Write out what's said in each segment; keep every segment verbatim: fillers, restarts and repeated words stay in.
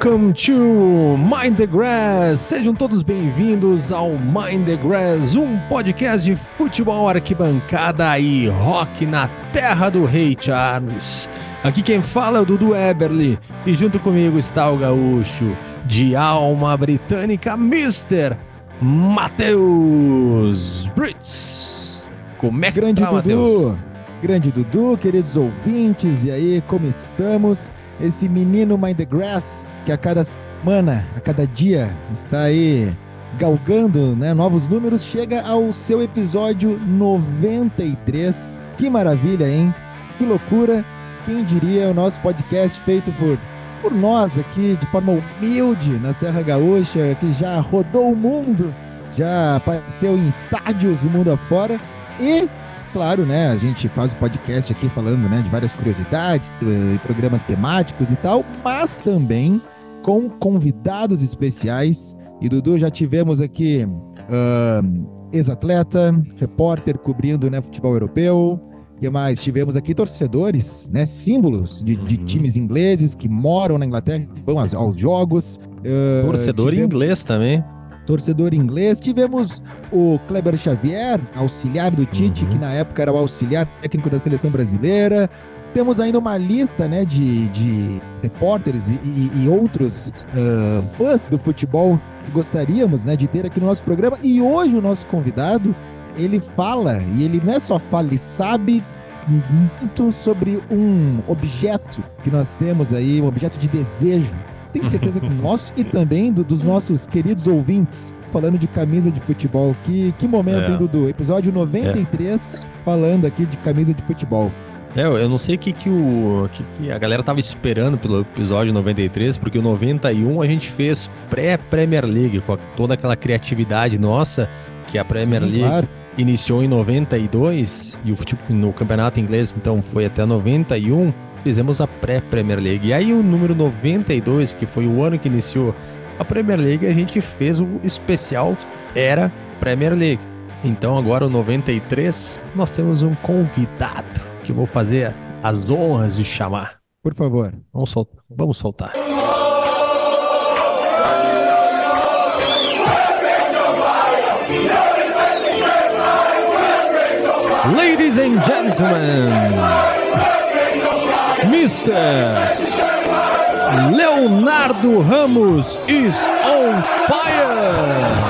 Welcome to Mind the Grass. Sejam todos bem-vindos ao Mind the Grass, um podcast de futebol, arquibancada e rock na terra do Rei Charles. Aqui quem fala é o Dudu Eberly e junto comigo está o gaúcho de alma britânica, mister Matheus Brits. Como é que Grande tá, Dudu, grande Dudu, queridos ouvintes, e aí, como estamos? Esse menino Mind the Grass, que a cada semana, a cada dia, está aí galgando, né, novos números, chega ao seu episódio noventa e três. Que maravilha, hein? Que loucura! Quem diria, o nosso podcast feito por, por nós aqui, de forma humilde, na Serra Gaúcha, que já rodou o mundo, já apareceu em estádios do mundo afora, e... claro, né, a gente faz o podcast aqui falando, né, de várias curiosidades, programas temáticos e tal, mas também com convidados especiais. E Dudu, já tivemos aqui uh, ex-atleta, repórter cobrindo, né, futebol europeu. O que mais? Tivemos aqui torcedores, né, símbolos de, de times ingleses que moram na Inglaterra, vão aos, aos jogos. Uh, Torcedor tivemos... inglês também. Torcedor inglês. Tivemos o Kleber Xavier, auxiliar do Tite, uhum. que na época era o auxiliar técnico da seleção brasileira. Temos ainda uma lista, né, de, de repórteres e, e, e outros uh, fãs do futebol que gostaríamos, né, de ter aqui no nosso programa. E hoje o nosso convidado, ele fala, e ele não é só fala, ele sabe muito sobre um objeto que nós temos aí, um objeto de desejo. Tenho certeza que nosso e também do, dos nossos queridos ouvintes, falando de camisa de futebol. Que, que momento, é. hein, Dudu? Episódio noventa e três, é. falando aqui de camisa de futebol. É, eu não sei o que, que, o, que, que a galera tava esperando pelo episódio noventa e três, porque o noventa e um a gente fez pré-Premier League, com toda aquela criatividade nossa, que a Premier Sim, League claro. iniciou em noventa e dois, e o futebol, no campeonato inglês, então, foi até noventa e um. Fizemos a pré-Premier League. E aí o número noventa e dois, que foi o ano que iniciou a Premier League, a gente fez o especial Era Premier League. Então agora o noventa e três, nós temos um convidado que eu vou fazer as honras de chamar. Por favor. Vamos, sol- Vamos soltar. Ladies and gentlemen, mister Leonardo Ramos is on fire!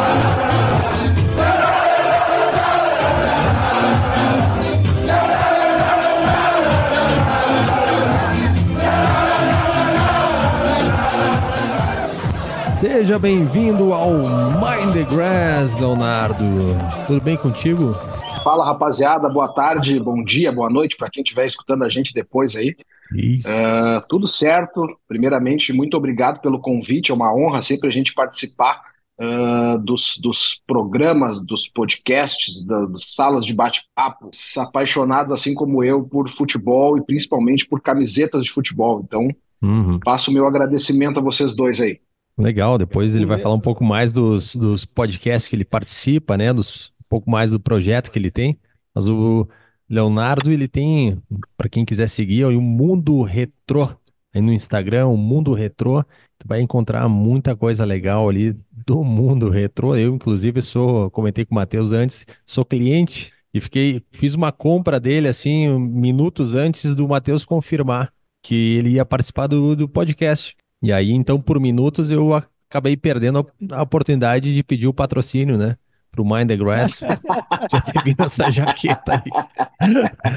Seja bem-vindo ao Mind the Grass, Leonardo. Tudo bem contigo? Fala, rapaziada, boa tarde, bom dia, boa noite para quem estiver escutando a gente depois aí. Isso. Uh, tudo certo. Primeiramente, muito obrigado pelo convite, é uma honra sempre a gente participar uh, dos, dos programas, dos podcasts, da, das salas de bate-papo, apaixonados assim como eu por futebol e principalmente por camisetas de futebol. Então, uhum. faço o meu agradecimento a vocês dois aí. Legal, depois ele vai falar um pouco mais dos, dos podcasts que ele participa, né, dos um pouco mais do projeto que ele tem, mas o Leonardo, ele tem, para quem quiser seguir, o Mundo Retrô, aí no Instagram, o Mundo Retrô, tu vai encontrar muita coisa legal ali do Mundo Retrô. Eu, inclusive, sou, comentei com o Matheus antes, sou cliente e fiquei, fiz uma compra dele, assim, minutos antes do Matheus confirmar que ele ia participar do, do podcast. E aí, então, por minutos, eu acabei perdendo a oportunidade de pedir o patrocínio, né? Pro Mind the Grass, já ter vindo essa jaqueta aí.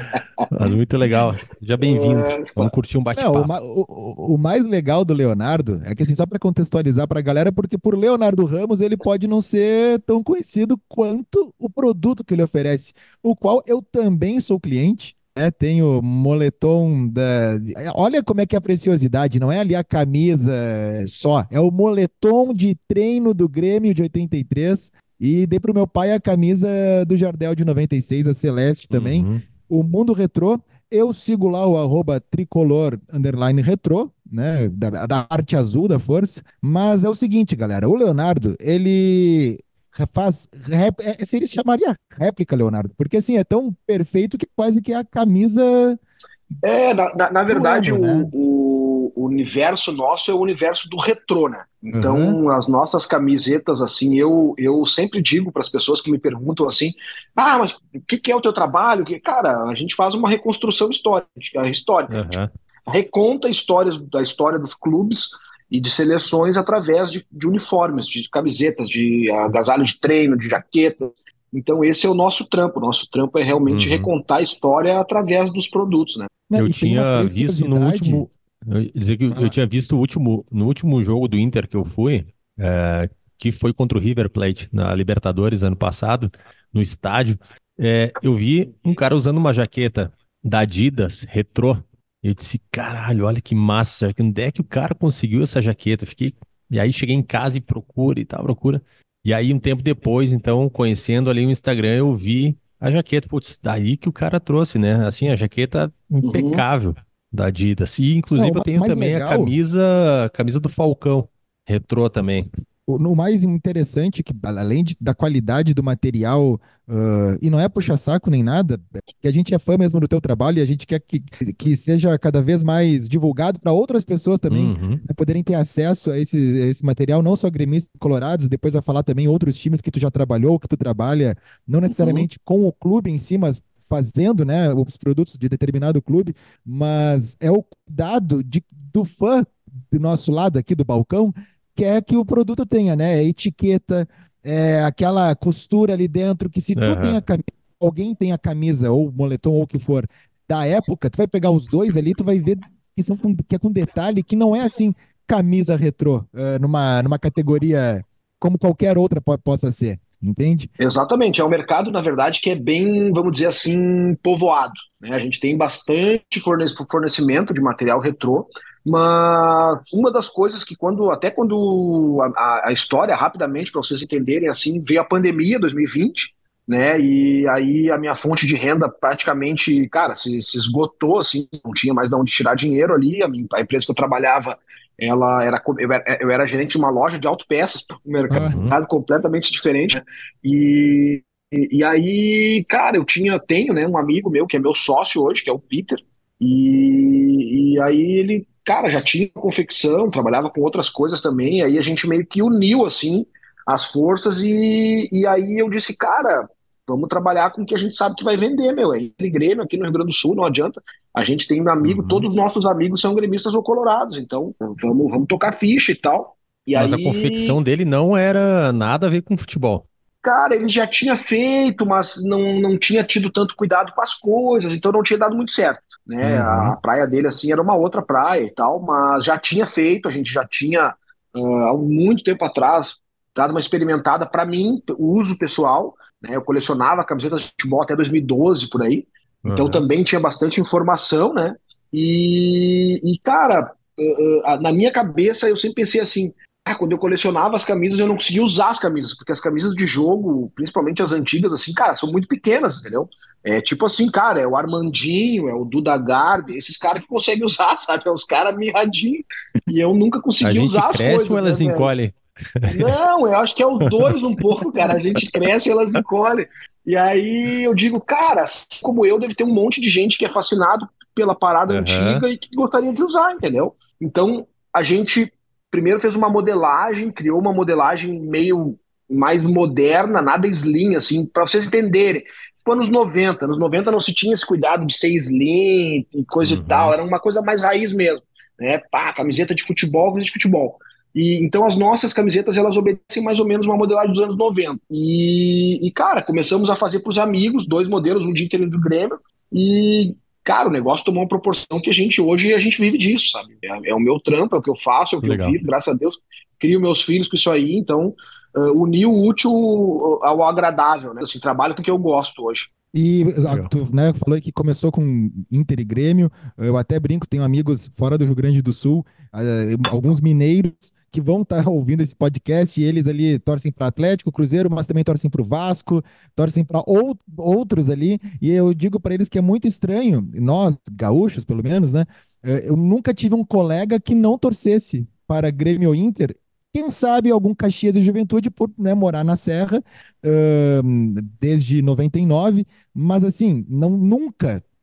Mas muito legal. Já bem-vindo. Vamos curtir um bate-papo. Não, o, o, o mais legal do Leonardo é que, assim, só para contextualizar para a galera, porque por Leonardo Ramos ele pode não ser tão conhecido quanto o produto que ele oferece, o qual eu também sou cliente. É, tem o moletom da... Olha como é que é a preciosidade, não é ali a camisa só, é o moletom de treino do Grêmio de oitenta e três, e dei pro meu pai a camisa do Jardel de noventa e seis, a Celeste também, uhum. O Mundo Retrô. Eu sigo lá o arroba tricolor underline retrô, né, da, da arte azul da força, mas é o seguinte, galera, o Leonardo, ele... faz, rep, é, seria, chamaria réplica, Leonardo, porque assim, é tão perfeito que quase que é a camisa... É, na, na, na verdade, ano, o, né? o, o universo nosso é o universo do retrô, né? Então, Aham. as nossas camisetas, assim, eu, eu sempre digo para as pessoas que me perguntam assim, ah, mas o que, que é o teu trabalho? Que, cara, a gente faz uma reconstrução histórica, histórica. A gente Aham. reconta histórias da história dos clubes e de seleções através de, de uniformes, de camisetas, de agasalho de treino, de jaqueta. Então, esse é o nosso trampo. O nosso trampo é realmente Uhum. recontar a história através dos produtos, né? Né, Eu e tem uma tinha visto no preciosidade. último. Eu ia dizer que eu eu Fala. tinha visto o último, no último jogo do Inter que eu fui, é, que foi contra o River Plate, na Libertadores ano passado, no estádio. É, eu vi um cara usando uma jaqueta da Adidas, retrô. Eu disse, caralho, olha que massa, jaqueta. Onde é que o cara conseguiu essa jaqueta? Eu fiquei. E aí cheguei em casa e procura e tal, procura. E aí, um tempo depois, então, conhecendo ali o Instagram, eu vi a jaqueta. Putz, daí que o cara trouxe, né? Assim, a jaqueta Uhum. impecável da Adidas. E Não, inclusive o eu ma- tenho mais também a legal. camisa, camisa do Falcão, retrô também. O, no mais interessante, que além de- da qualidade do material, ah, e não é puxa-saco nem nada, é que a gente é fã mesmo do teu trabalho e a gente quer que, que seja cada vez mais divulgado para outras pessoas também, Uhum, né, poderem ter acesso a esse, a esse material, não só gremistas colorados, depois vai falar também outros times que tu já trabalhou, que tu trabalha, não Uhum. necessariamente com o clube em si, mas fazendo, né, os produtos de determinado clube, mas é o cuidado de, do fã do nosso lado aqui do balcão quer que o produto tenha, né? É etiqueta, é aquela costura ali dentro, que se tu tem a aham, camisa, alguém tem a camisa, ou moletom, ou o que for, da época, tu vai pegar os dois ali, tu vai ver que, são com, que é com detalhe, que não é assim, camisa retrô, uh, numa, numa categoria como qualquer outra po possa ser, entende? Exatamente, é um mercado, na verdade, que é bem, vamos dizer assim, povoado, né? A gente tem bastante forne- fornecimento de material retrô, mas uma das coisas que quando, até quando a, a- a história, rapidamente, para vocês entenderem, assim, veio a pandemia dois mil e vinte, né? E aí a minha fonte de renda praticamente, cara, se, se esgotou, assim, não tinha mais de onde tirar dinheiro ali, a, minha, a empresa que eu trabalhava, ela era, co- eu era, eu era gerente de uma loja de autopeças, um mercado Ah, uhum, completamente diferente, né? E, e, e aí, cara, eu tinha, tenho, né, um amigo meu que é meu sócio hoje, que é o Peter, e, e aí ele, cara, já tinha confecção, trabalhava com outras coisas também, aí a gente meio que uniu, assim, as forças e, e aí eu disse, cara, vamos trabalhar com o que a gente sabe que vai vender, meu, é entre Grêmio aqui no Rio Grande do Sul, não adianta, a gente tem um amigo, uhum. todos os nossos amigos são gremistas ou colorados, então vamos, vamos tocar ficha e tal, e Mas a confecção aí dele não era nada a ver com futebol. cara, ele já tinha feito, mas não, não tinha tido tanto cuidado com as coisas, então não tinha dado muito certo, né? A, a Uhum, praia dele, assim, era uma outra praia e tal, mas já tinha feito, a gente já tinha, ah, há muito tempo atrás, dado uma experimentada para mim, o uso pessoal, né? Eu colecionava camisetas de futebol até dois mil e doze, por aí, então uhum, também tinha bastante informação, né? E, e cara, ah, ah, na minha cabeça eu sempre pensei assim, ah, quando eu colecionava as camisas, eu não conseguia usar as camisas, porque as camisas de jogo, principalmente as antigas, assim, cara, são muito pequenas, entendeu? É tipo assim, cara, é o Armandinho, é o Duda Garbi, esses caras que conseguem usar, sabe? É os caras mirradinhos. E eu nunca a consegui gente usar as cresce ou coisas, né, elas velho? encolhem? Não, eu acho que é os dois um pouco, cara. A gente cresce e elas encolhem. E aí eu digo, cara, assim como eu, deve ter um monte de gente que é fascinado pela parada Aham, antiga e que gostaria de usar, entendeu? Então a gente primeiro fez uma modelagem, criou uma modelagem meio mais moderna, nada slim, assim, para vocês entenderem. Tipo, anos noventa, anos noventa não se tinha esse cuidado de ser slim e coisa e tal, uhum, era uma coisa mais raiz mesmo, né? Pá, camiseta de futebol, camiseta de futebol. E, então as nossas camisetas elas obedecem mais ou menos uma modelagem dos anos noventa. E, e cara, começamos a fazer para os amigos, dois modelos, um de Inter e um do Grêmio. E, cara, o negócio tomou uma proporção que a gente hoje a gente vive disso, sabe? É, é o meu trampo, é o que eu faço, é o que eu legal. vivo, graças a Deus, crio meus filhos com isso aí. Então, uh, unir o útil ao agradável, né? Assim, trabalho com o que eu gosto hoje. e a- Legal. tu, né, falou que começou com Inter e Grêmio. Eu até brinco, tenho amigos fora do Rio Grande do Sul, ah, alguns mineiros que vão estar ouvindo esse podcast e eles ali torcem para Atlético, Cruzeiro, mas também torcem para o Vasco, torcem para ou, outros ali. E eu digo para eles que é muito estranho, nós, gaúchos pelo menos, né? eh, Eu nunca tive um colega que não torcesse para Grêmio ou Inter. Quem sabe algum Caxias e Juventude por, né, morar na Serra, ahn, desde noventa e nove, mas assim, não, nunca.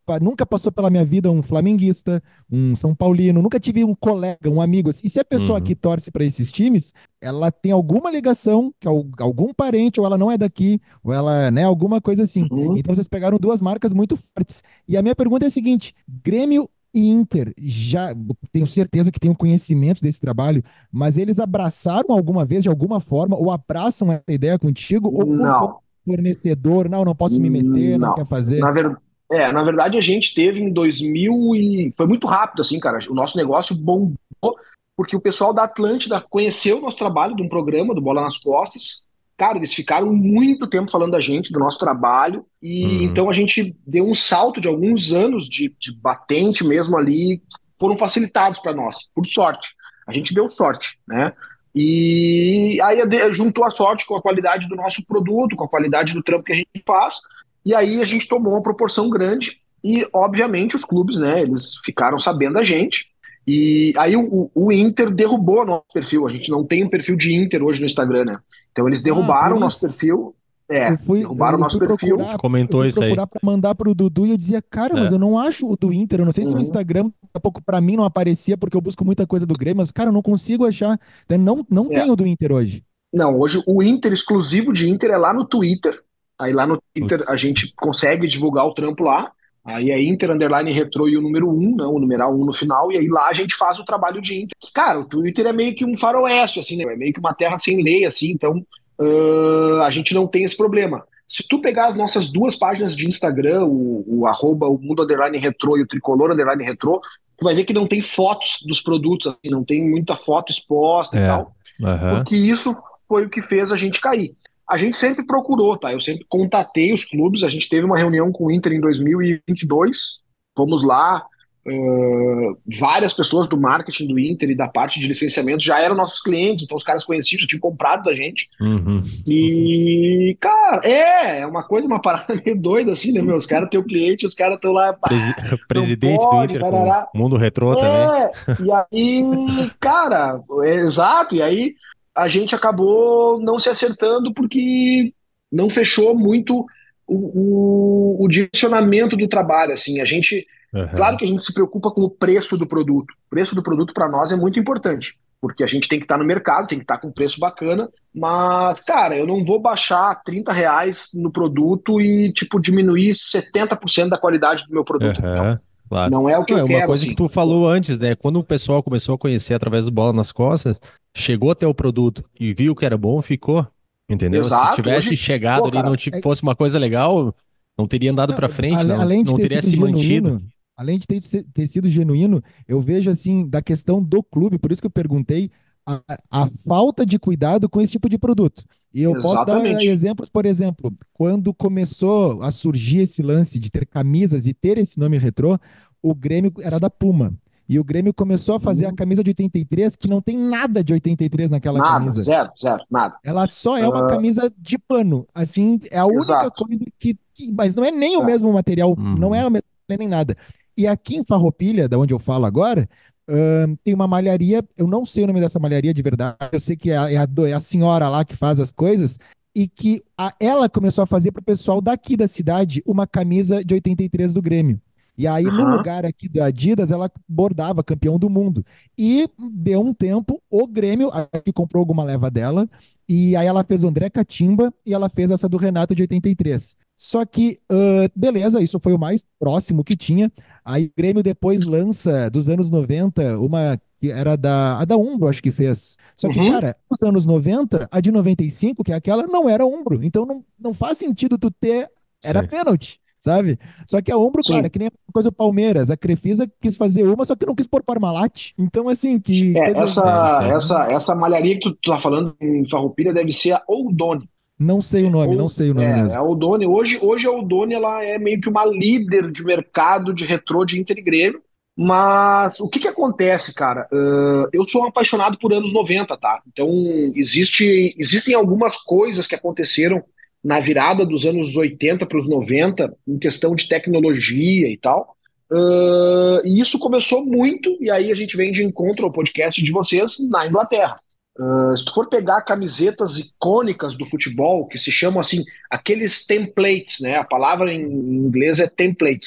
nunca passou pela minha vida um flamenguista, um São Paulino, nunca tive um colega, um amigo. E se a pessoa Uhum. aqui torce para esses times, ela tem alguma ligação, que algum parente, ou ela não é daqui, ou ela, né, alguma coisa assim. Uhum. Então vocês pegaram duas marcas muito fortes. E a minha pergunta é a seguinte: Grêmio e Inter, já tenho certeza que tenham conhecimento desse trabalho, mas eles abraçaram alguma vez, de alguma forma, ou abraçam essa ideia contigo, ou por conta Não, do fornecedor, não, não posso me meter, não não. quer fazer? Na ver... é, na verdade, a gente teve em dois mil e foi muito rápido, assim, cara. O nosso negócio bombou porque o pessoal da Atlântida conheceu o nosso trabalho de um programa do Bola nas Costas. Cara, eles ficaram muito tempo falando da gente, do nosso trabalho, e Uhum. então a gente deu um salto de alguns anos de, de batente mesmo ali, que foram facilitados para nós, por sorte. A gente deu sorte, né? E aí juntou a sorte com a qualidade do nosso produto, com a qualidade do trampo que a gente faz, e aí a gente tomou uma proporção grande, e obviamente os clubes, né, eles ficaram sabendo da gente, e aí o, o Inter derrubou nosso perfil. A gente não tem um perfil de Inter hoje no Instagram, né? Então eles Ah, por derrubaram o nosso isso. perfil. É, Eu fui, derrubaram o eu nosso fui perfil. Te procurar, eu comentou fui isso aí. procurar para mandar pro Dudu e eu dizia, cara, mas É. eu não acho o do Inter. Eu não sei se o Uhum. Instagram, daqui a pouco para mim não aparecia porque eu busco muita coisa do Grêmio, mas cara, eu não consigo achar. Então, não, não É. tem o do Inter hoje. Não, hoje o Inter exclusivo de Inter é lá no Twitter. Aí lá no Twitter a Putz. gente consegue divulgar o trampo lá. Aí é Inter Underline Retro e o número um, né? O numeral um no final. E aí lá a gente faz o trabalho de Inter. Que, cara, o Twitter é meio que um faroeste, assim, né? É meio que uma terra sem lei, assim. Então uh, a gente não tem esse problema. Se tu pegar as nossas duas páginas de Instagram, o, o arroba o Mundo Underline Retro e o Tricolor Underline Retro, tu vai ver que não tem fotos dos produtos, assim, não tem muita foto exposta e É. tal, Aham. porque isso foi o que fez a gente cair. A gente sempre procurou, tá? Eu sempre contatei os clubes. A gente teve uma reunião com o Inter em dois mil e vinte e dois. Fomos lá, uh, várias pessoas do marketing do Inter e da parte de licenciamento já eram nossos clientes, então os caras conheciam, já tinham comprado da gente. Uhum. E, cara, é, é uma coisa, uma parada meio doida assim, né, meu? Os caras têm o cliente, os caras estão lá, Presi- pá, não Presidente do pode, Inter com tarará. Mundo Retrô também. É, e aí, cara, é exato, e aí a gente acabou não se acertando porque não fechou muito o, o, o direcionamento do trabalho, assim, a gente, claro Aham. que a gente se preocupa com o preço do produto, o preço do produto para nós é muito importante, porque a gente tem que estar no mercado, tem que estar com um preço bacana, mas, cara, eu não vou baixar trinta reais no produto e, tipo, diminuir setenta por cento da qualidade do meu produto, entendeu? Aham. Claro. Não é o que Não, eu é uma quero, coisa que assim. tu falou antes, né? Quando o pessoal começou a conhecer através do Bola nas Costas, chegou até o produto e viu que era bom, ficou. Entendeu? Se Exato. tivesse Hoje, chegado pô, ali e não cara, ti- É, fosse uma coisa legal, não teria andado não, pra frente, ale- não, além de não ter teria sido se mantido. genuíno, além de ter, se- ter sido genuíno, eu vejo assim da questão do clube, por isso que eu perguntei a, a falta de cuidado com esse tipo de produto. E eu posso dar exatamente. exemplos, por exemplo, quando começou a surgir esse lance de ter camisas e ter esse nome retrô, o Grêmio era da Puma. E o Grêmio começou a fazer a Hum, camisa de oitenta e três, que não tem nada de oitenta e três naquela Nada, camisa. zero, zero, nada. Ela só é uma Ah, camisa de pano. Assim, é a única exato. coisa que, que- Mas não é nem o É. mesmo material, não é Uhum. o mesmo nem nada. E aqui em Farroupilha, da onde eu falo agora, ahn, tem uma malharia. Eu não sei o nome dessa malharia de verdade. Eu sei que é a, é a do- é a senhora lá que faz as coisas. E que a- ela começou a fazer para o pessoal daqui da cidade uma camisa de oitenta e três do Grêmio. E aí, no Aham. lugar aqui da Adidas, ela bordava campeão do mundo. E deu um tempo, o Grêmio, que comprou alguma leva dela, e aí ela fez o André Catimba e ela fez essa do Renato de oitenta e três. Só que, uh, beleza, isso foi o mais próximo que tinha. Aí o Grêmio depois lança, dos anos noventa, uma que era da, a da Umbro, acho que fez. Só que, Uhum. cara, nos anos noventa, a de noventa e cinco, que é aquela, não era Umbro. Então não, não faz sentido tu ter, era Sim. pênalti, sabe? Só que a Umbro, claro, é Sim. que nem a coisa do Palmeiras. A Crefisa quis fazer uma, só que não quis pôr Parmalat. Então, assim, que É, coisas. Sim, essa, sim. essa, essa malharia que tu, tu tá falando em Farroupilha deve ser a Oldone. Não sei o nome, não Ou, sei o nome é, mesmo. a Oldone, hoje, hoje a Oldone ela é meio que uma líder de mercado de retrô de Inter e Grêmio, mas o que que acontece, cara? Uh, eu sou um apaixonado por anos noventa, tá? Então, existe, existem algumas coisas que aconteceram na virada dos anos oitenta para os noventa, em questão de tecnologia e tal. Uh, e isso começou muito, e aí a gente vem de encontro ao podcast de vocês na Inglaterra. Uh, se tu for pegar camisetas icônicas do futebol, que se chamam assim, aqueles templates, né? A palavra em inglês é templates.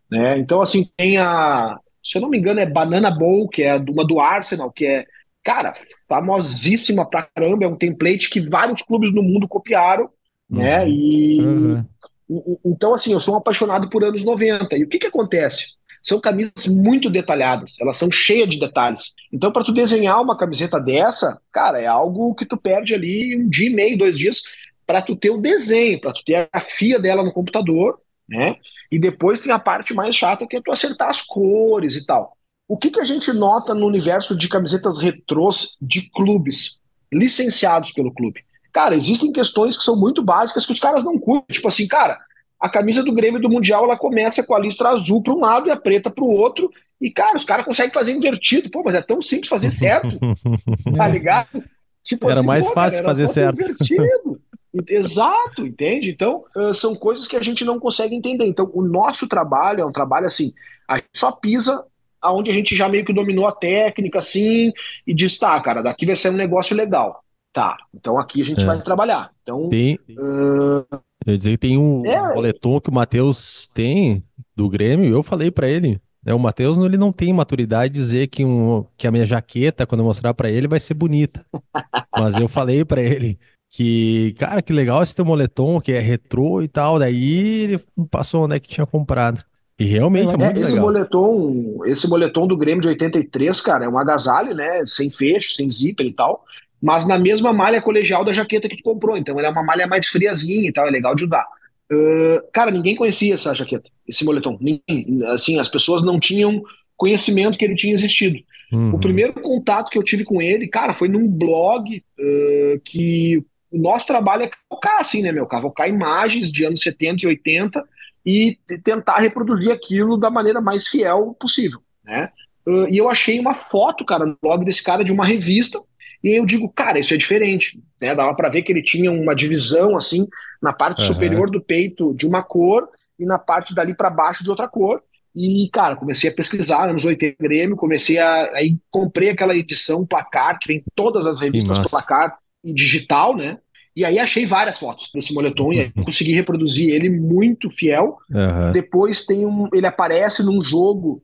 né? Então, assim, tem a, se eu não me engano, é Banana Bowl, que é uma do Arsenal, que é, cara, famosíssima pra caramba, é um template que vários clubes no mundo copiaram, né? Uhum. E Aham. e- e- então, assim, eu sou um apaixonado por anos noventa. E o que que acontece? São camisas muito detalhadas, elas são cheias de detalhes. Então, para tu desenhar uma camiseta dessa, cara, é algo que tu perde ali um dia e meio, dois dias, para tu ter o desenho, para tu ter a fia dela no computador, né? E depois tem a parte mais chata, que é tu acertar as cores e tal. O que que a gente nota no universo de camisetas retrôs de clubes, licenciados pelo clube? Cara, existem questões que são muito básicas que os caras não curtem. Tipo assim, cara, a camisa do Grêmio do Mundial ela começa com a listra azul para um lado e a preta para o outro. E, cara, os caras conseguem fazer invertido. Pô, mas é tão simples fazer certo, tá É. ligado? Tipo Era assim, mais pô, cara, fácil era fazer só ter certo. invertido. E- Exato, entende? Então, uh, são coisas que a gente não consegue entender. Então, o nosso trabalho é um trabalho assim, a gente só pisa aonde a gente já meio que dominou a técnica, assim, e diz, tá, cara, daqui vai ser um negócio legal. Tá, então aqui a gente vai É. trabalhar. Então, Tem, uh, eu ia dizer que tem um um é, moletom que o Matheus tem do Grêmio, e eu falei pra ele, né, o Matheus ele não tem maturidade de dizer que, um, que a minha jaqueta, quando eu mostrar pra ele, vai ser bonita. Mas eu falei pra ele que, cara, que legal esse teu moletom, que é retrô e tal. Daí ele passou onde é que tinha comprado. E Não, eu realmente é acho É, muito esse legal. moletom, esse moletom do Grêmio de oitenta e três, cara, é um agasalho, né? Sem fecho, sem zíper e tal, mas na mesma malha colegial da jaqueta que tu comprou. Então ela é uma malha mais friazinha e tal, é legal de usar. Ah, cara, ninguém conhecia essa jaqueta, esse moletom. Ninguém, assim, as pessoas não tinham conhecimento que ele tinha existido. O Uhum. primeiro contato que eu tive com ele, cara, foi num blog, ah, que o nosso trabalho é cavocar, assim, né, meu? Cavocar imagens de anos setenta e oitenta e tentar reproduzir aquilo da maneira mais fiel possível, né? Uh, e eu achei uma foto, cara, no blog desse cara de uma revista, e aí eu digo, cara, isso é diferente, né? Dava para ver que ele tinha uma divisão assim na parte Aham. superior do peito de uma cor e na parte dali para baixo de outra cor. E, cara, comecei a pesquisar, anos oitenta Grêmio, comecei a. Aí comprei aquela edição placar, que vem todas as Que revistas massa. placar em digital, né? E aí achei várias fotos desse moletom e aí consegui reproduzir ele muito fiel. Aham. Depois tem um, ele aparece num jogo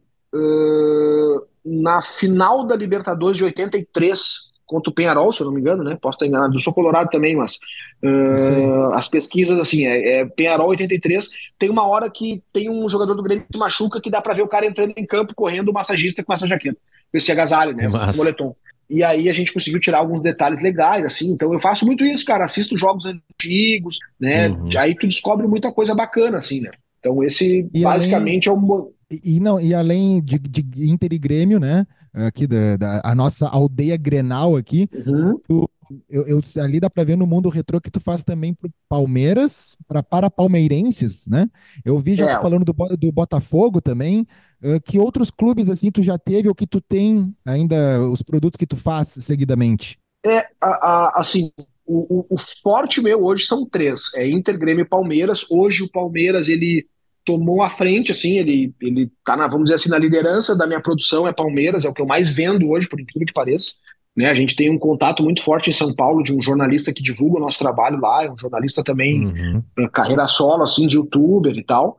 uh, na final da Libertadores de oitenta e três contra o Penharol, se eu não me engano, né? Posso estar enganado. Eu sou colorado também, mas isso aí. uh, as pesquisas assim é, é Penharol oitenta e três. Tem uma hora que tem um jogador do Grêmio que se machuca que dá para ver o cara entrando em campo correndo, o massagista com essa jaqueta, com esse agasalho, Que né? Esse massa. moletom. E aí a gente conseguiu tirar alguns detalhes legais, assim. Então eu faço muito isso, cara. Assisto jogos antigos, né? Uhum. Aí tu descobre muita coisa bacana, assim, né? Então esse E além, basicamente é um. e, e não, e além de, de Inter e Grêmio, né? Aqui da, da- a nossa aldeia Grenal aqui, Uhum. tu- eu, eu- ali dá pra ver no mundo retrô que tu faz também pro Palmeiras, pra, para palmeirenses, né? Eu vi já tu É, falando do, Bo- do Botafogo também. eh, que outros clubes assim tu já teve ou que tu tem ainda os produtos que tu faz seguidamente? é a, a- assim, o, o, o forte meu hoje são três, é Inter, Grêmio e Palmeiras. Hoje o Palmeiras, ele tomou a frente, assim, ele, ele tá na, vamos dizer assim, na liderança da minha produção, é Palmeiras, é o que eu mais vendo hoje, por incrível que pareça, né? A gente tem um contato muito forte em São Paulo de um jornalista que divulga o nosso trabalho lá, é um jornalista também, Uhum. eh, carreira solo, assim, de youtuber e tal,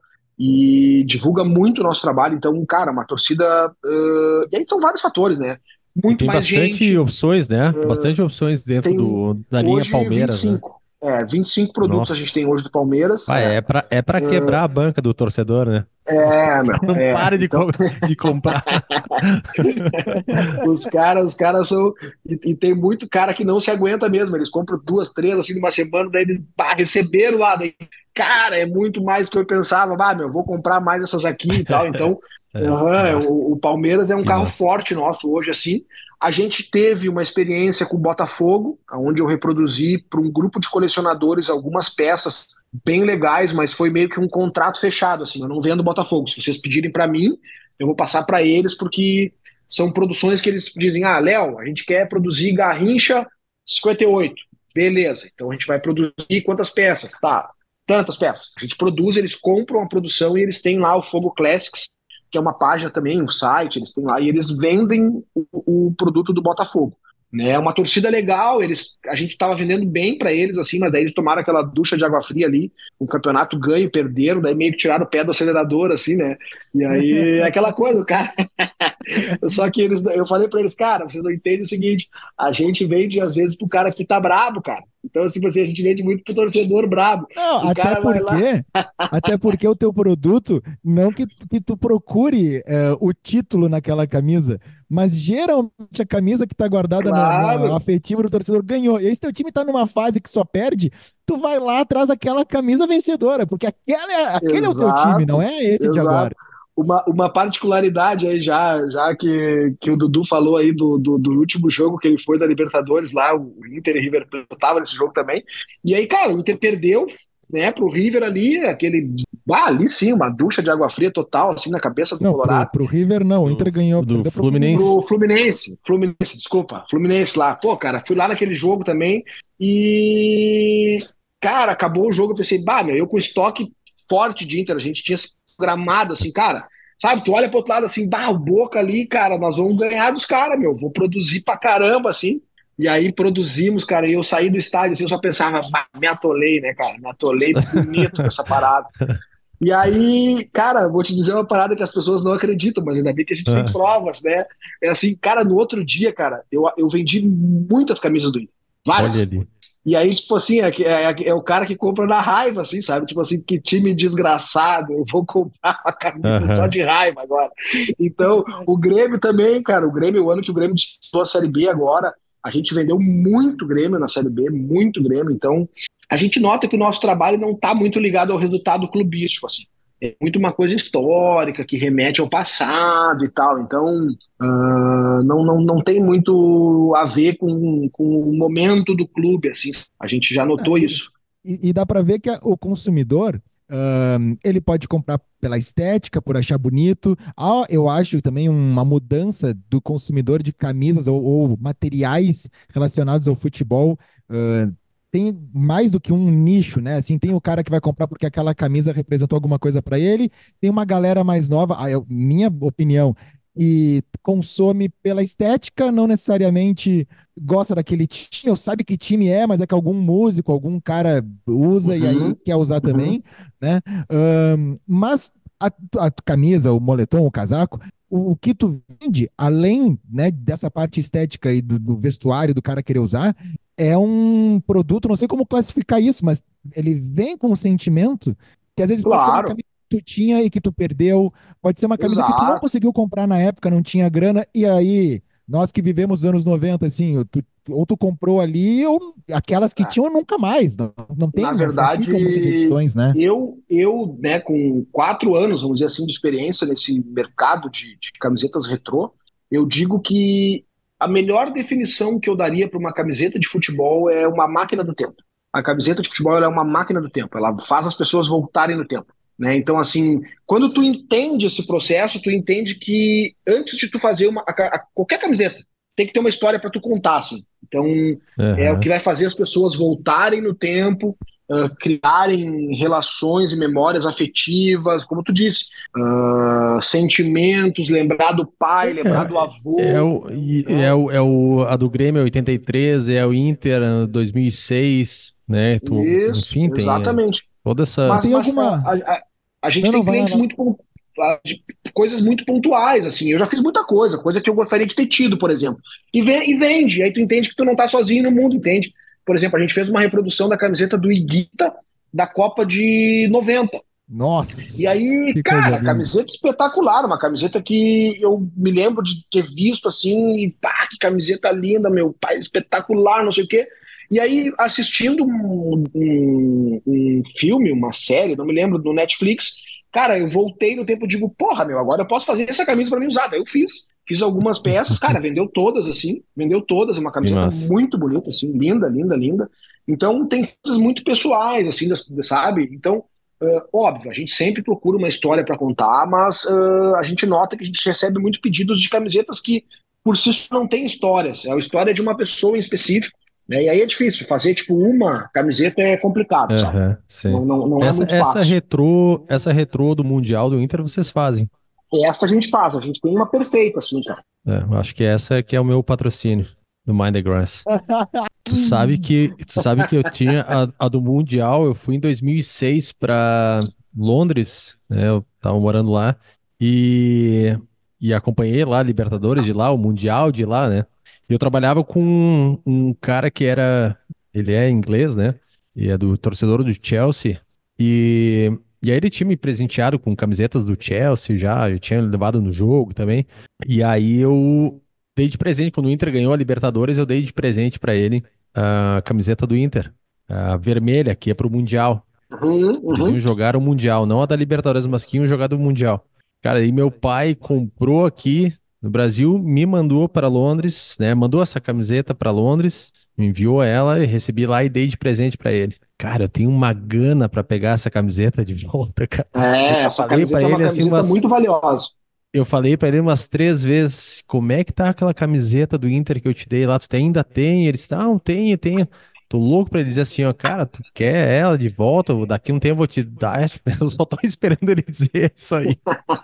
e divulga muito o nosso trabalho, então, cara, uma torcida, eh, e aí são vários fatores, né? E Muito tem mais bastante gente, opções, né? Bastante opções dentro tem do, da linha hoje Palmeiras, né? vinte e cinco. É, vinte e cinco produtos a gente Nossa. tem hoje do Palmeiras. Ah, É, é pra, é pra quebrar a banca do torcedor, né? é, O meu, cara não é. para de, Então, co- de comprar. os caras, os caras são. E, e tem muito cara que não se aguenta mesmo. Eles compram duas, três, assim, numa semana, daí eles pá, receberam lá. Daí, cara, é muito mais do que eu pensava. Ah, meu, vou comprar mais essas aqui e tal. Então, É, aham, bah, o, o Palmeiras é um que carro massa. forte nosso hoje, assim. A gente teve uma experiência com o Botafogo, onde eu reproduzi para um grupo de colecionadores algumas peças bem legais, mas foi meio que um contrato fechado, assim. Eu não vendo Botafogo. Se vocês pedirem para mim, eu vou passar para eles, porque são produções que eles dizem: ah, Léo, a gente quer produzir Garrincha cinquenta e oito. Beleza, então a gente vai produzir quantas peças? Tá, tantas peças. A gente produz, eles compram a produção e eles têm lá o Fogo Classics, que é uma página também, um site, eles têm lá, e eles vendem o, o produto do Botafogo. né? Uma torcida legal, eles, a gente tava vendendo bem para eles, assim, mas daí eles tomaram aquela ducha de água fria ali, o campeonato ganho, perderam, daí meio que tiraram o pé do acelerador, assim, né? E aí, é aquela coisa, o cara. Só que eles, eu falei para eles, cara, vocês não entendem o seguinte, a gente vende às vezes pro cara que tá brabo, cara. Então, assim, assim, a gente vende muito pro torcedor brabo. Não, O até cara vai lá. porque, até porque o teu produto, não que, que tu procure é, o título naquela camisa, mas geralmente a camisa que tá guardada no, no Claro, afetivo do torcedor ganhou. E aí, se teu time tá numa fase que só perde, tu vai lá atrás daquela camisa vencedora, porque aquela é- aquele é o teu time, não exato, é esse de agora. exato. Uma, uma particularidade aí, já, já que, que o Dudu falou aí do, do, do último jogo que ele foi da Libertadores lá, o Inter e River tava nesse jogo também. E aí, cara, o Inter perdeu, né, pro River ali, aquele. Ah, ali sim, uma ducha de água fria total, assim, na cabeça do Não, pro, Colorado. pro River não, o Do, Inter ganhou, do perdeu pro Fluminense. Fluminense. Pro Fluminense, Fluminense, desculpa, Fluminense lá. Pô, cara, fui lá naquele jogo também e, cara, acabou o jogo, eu pensei, bah, meu, eu com estoque forte de Inter, a gente tinha se programado assim, cara, sabe, tu olha pro outro lado assim, bah, o Boca ali, cara, nós vamos ganhar dos caras, meu, vou produzir pra caramba, assim. E aí produzimos, cara, e eu saí do estádio, assim, eu só pensava, bah, me atolei, né, cara, me atolei bonito com essa parada. E aí, cara, vou te dizer uma parada que as pessoas não acreditam, mas ainda bem que a gente tem Ah, provas, né? É assim, cara, no outro dia, cara, eu, eu vendi muitas camisas do Inter, olha várias. ali. E aí, tipo assim, é, é, é o cara que compra na raiva, assim, sabe? Tipo assim, que time desgraçado, eu vou comprar uma camisa só Aham. de raiva agora. Então, o Grêmio também, cara, o Grêmio, o ano que o Grêmio disputou a Série B agora, a gente vendeu muito Grêmio na Série B, muito Grêmio, então a gente nota que o nosso trabalho não está muito ligado ao resultado clubístico, assim. É muito uma coisa histórica, que remete ao passado e tal, então Uh, não, não, não tem muito a ver com, com o momento do clube, assim. A gente já Ah, notou e, isso. e, e dá para ver que a- o consumidor, ahn, ele pode comprar pela estética, por achar bonito. Ah, eu acho também uma mudança do consumidor de camisas ou, ou materiais relacionados ao futebol. ah, Tem mais do que um nicho, né? Assim, tem o cara que vai comprar porque aquela camisa representou alguma coisa para ele. Tem uma galera mais nova, ah, eu- minha opinião, e consome pela estética, não necessariamente gosta daquele time, ou sabe que time é, mas é que algum músico, algum cara usa e aí Uhum, quer usar uhum. também, né? Ahn, mas a, a camisa, o moletom, o casaco, o, o que tu vende, além, né, dessa parte estética e do, do vestuário do cara querer usar, é um produto, não sei como classificar isso, mas ele vem com um sentimento que às vezes pode ser uma Claro, camisa que tu tinha e que tu perdeu, pode ser uma camisa que tu não exato. conseguiu comprar na época, não tinha grana, e aí nós que vivemos os anos noventa, assim, tu, ou tu comprou ali, ou aquelas que É. tinham nunca mais. Não, não tem, Na não, não ficam muitas verdade, edições, né? eu, eu, né, com quatro anos, vamos dizer assim, de experiência nesse mercado de, de camisetas retrô, eu digo que a melhor definição que eu daria para uma camiseta de futebol é uma máquina do tempo. A camiseta de futebol ela é uma máquina do tempo, ela faz as pessoas voltarem no tempo. Né? Então, assim, quando tu entende esse processo, tu entende que antes de tu fazer uma, a, a, qualquer camiseta, tem que ter uma história para tu contar, assim. Então, é o que Aham. vai fazer as pessoas voltarem no tempo, uh, criarem relações e memórias afetivas, como tu disse, uh, sentimentos, lembrar do pai, lembrar do É, é, avô, o, e- é, né? o, é o, a do Grêmio é oitenta e três, é o Inter ah, dois mil e seis, né? Tu, Isso, enfim, tem é, exatamente. toda essa. Mas, Tem mas uh, alguma. a, a, a gente Não, tem não, vai lá, clientes vai lá. muito pon- uh, de coisas muito pontuais, assim. Eu já fiz muita coisa, coisa que eu gostaria de ter tido, por exemplo. E, ve- e vende, aí tu entende que tu não tá sozinho no mundo, entende? Por exemplo, a gente fez uma reprodução da camiseta do Iguita da Copa de noventa. E Nossa, aí, que coisa cara, linda. camiseta espetacular, uma camiseta que eu me lembro de ter visto assim, e pá, que camiseta linda, meu pai, espetacular, não sei o quê. E aí, assistindo um, um, um filme, uma série, não me lembro, do Netflix, cara, eu voltei no tempo e digo, porra, meu, agora eu posso fazer essa camisa pra mim usar. Daí eu fiz, fiz algumas peças, cara, vendeu todas, assim, vendeu todas, uma Que camiseta massa. muito bonita, assim, linda, linda, linda. Então, tem coisas muito pessoais, assim, das- sabe? Então, Uh, óbvio, a gente sempre procura uma história para contar, mas uh, a gente nota que a gente recebe muito pedidos de camisetas que por si só não tem histórias, é a história de uma pessoa em específico, né? E aí é difícil, fazer tipo uma camiseta é complicado, sabe? Aham, Não, sim. não, não é Essa, muito essa fácil. retrô, essa retrô do Mundial do Inter vocês fazem. Essa a gente faz, a gente tem uma perfeita, assim, cara. É, eu acho que essa é que é o meu patrocínio. do Mind the Grass. Tu sabe que, tu sabe que eu tinha a, a do Mundial, eu fui em dois mil e seis para Londres, né? Eu tava morando lá e, e acompanhei lá a Libertadores de lá, o Mundial de lá, né? E eu trabalhava com um, um cara que era, ele é inglês, né? E é do torcedor do Chelsea. E, e aí ele tinha me presenteado com camisetas do Chelsea já, eu tinha levado no jogo também. E aí eu dei de presente, quando o Inter ganhou a Libertadores, eu dei de presente para ele a camiseta do Inter, a vermelha, que é pro Mundial. Uhum, Eles iam uhum. jogar o Mundial, não a da Libertadores, mas que iam jogar do Mundial. Cara, aí meu pai comprou aqui no Brasil, me mandou para Londres, né? Mandou essa camiseta para Londres, me enviou ela e recebi lá e dei de presente para ele. Cara, eu tenho uma gana para pegar essa camiseta de volta, cara. Eu É, já essa falei para camiseta é uma ele assim camiseta umas muito valiosa. eu falei pra ele umas três vezes, como é que tá aquela camiseta do Inter que eu te dei lá? Tu tem- ainda tem? Ele disse, não, tenho, tenho. Tô louco pra ele dizer assim, ó, cara, tu quer ela de volta? Daqui um tempo eu vou te dar. Eu só tô esperando ele dizer isso aí.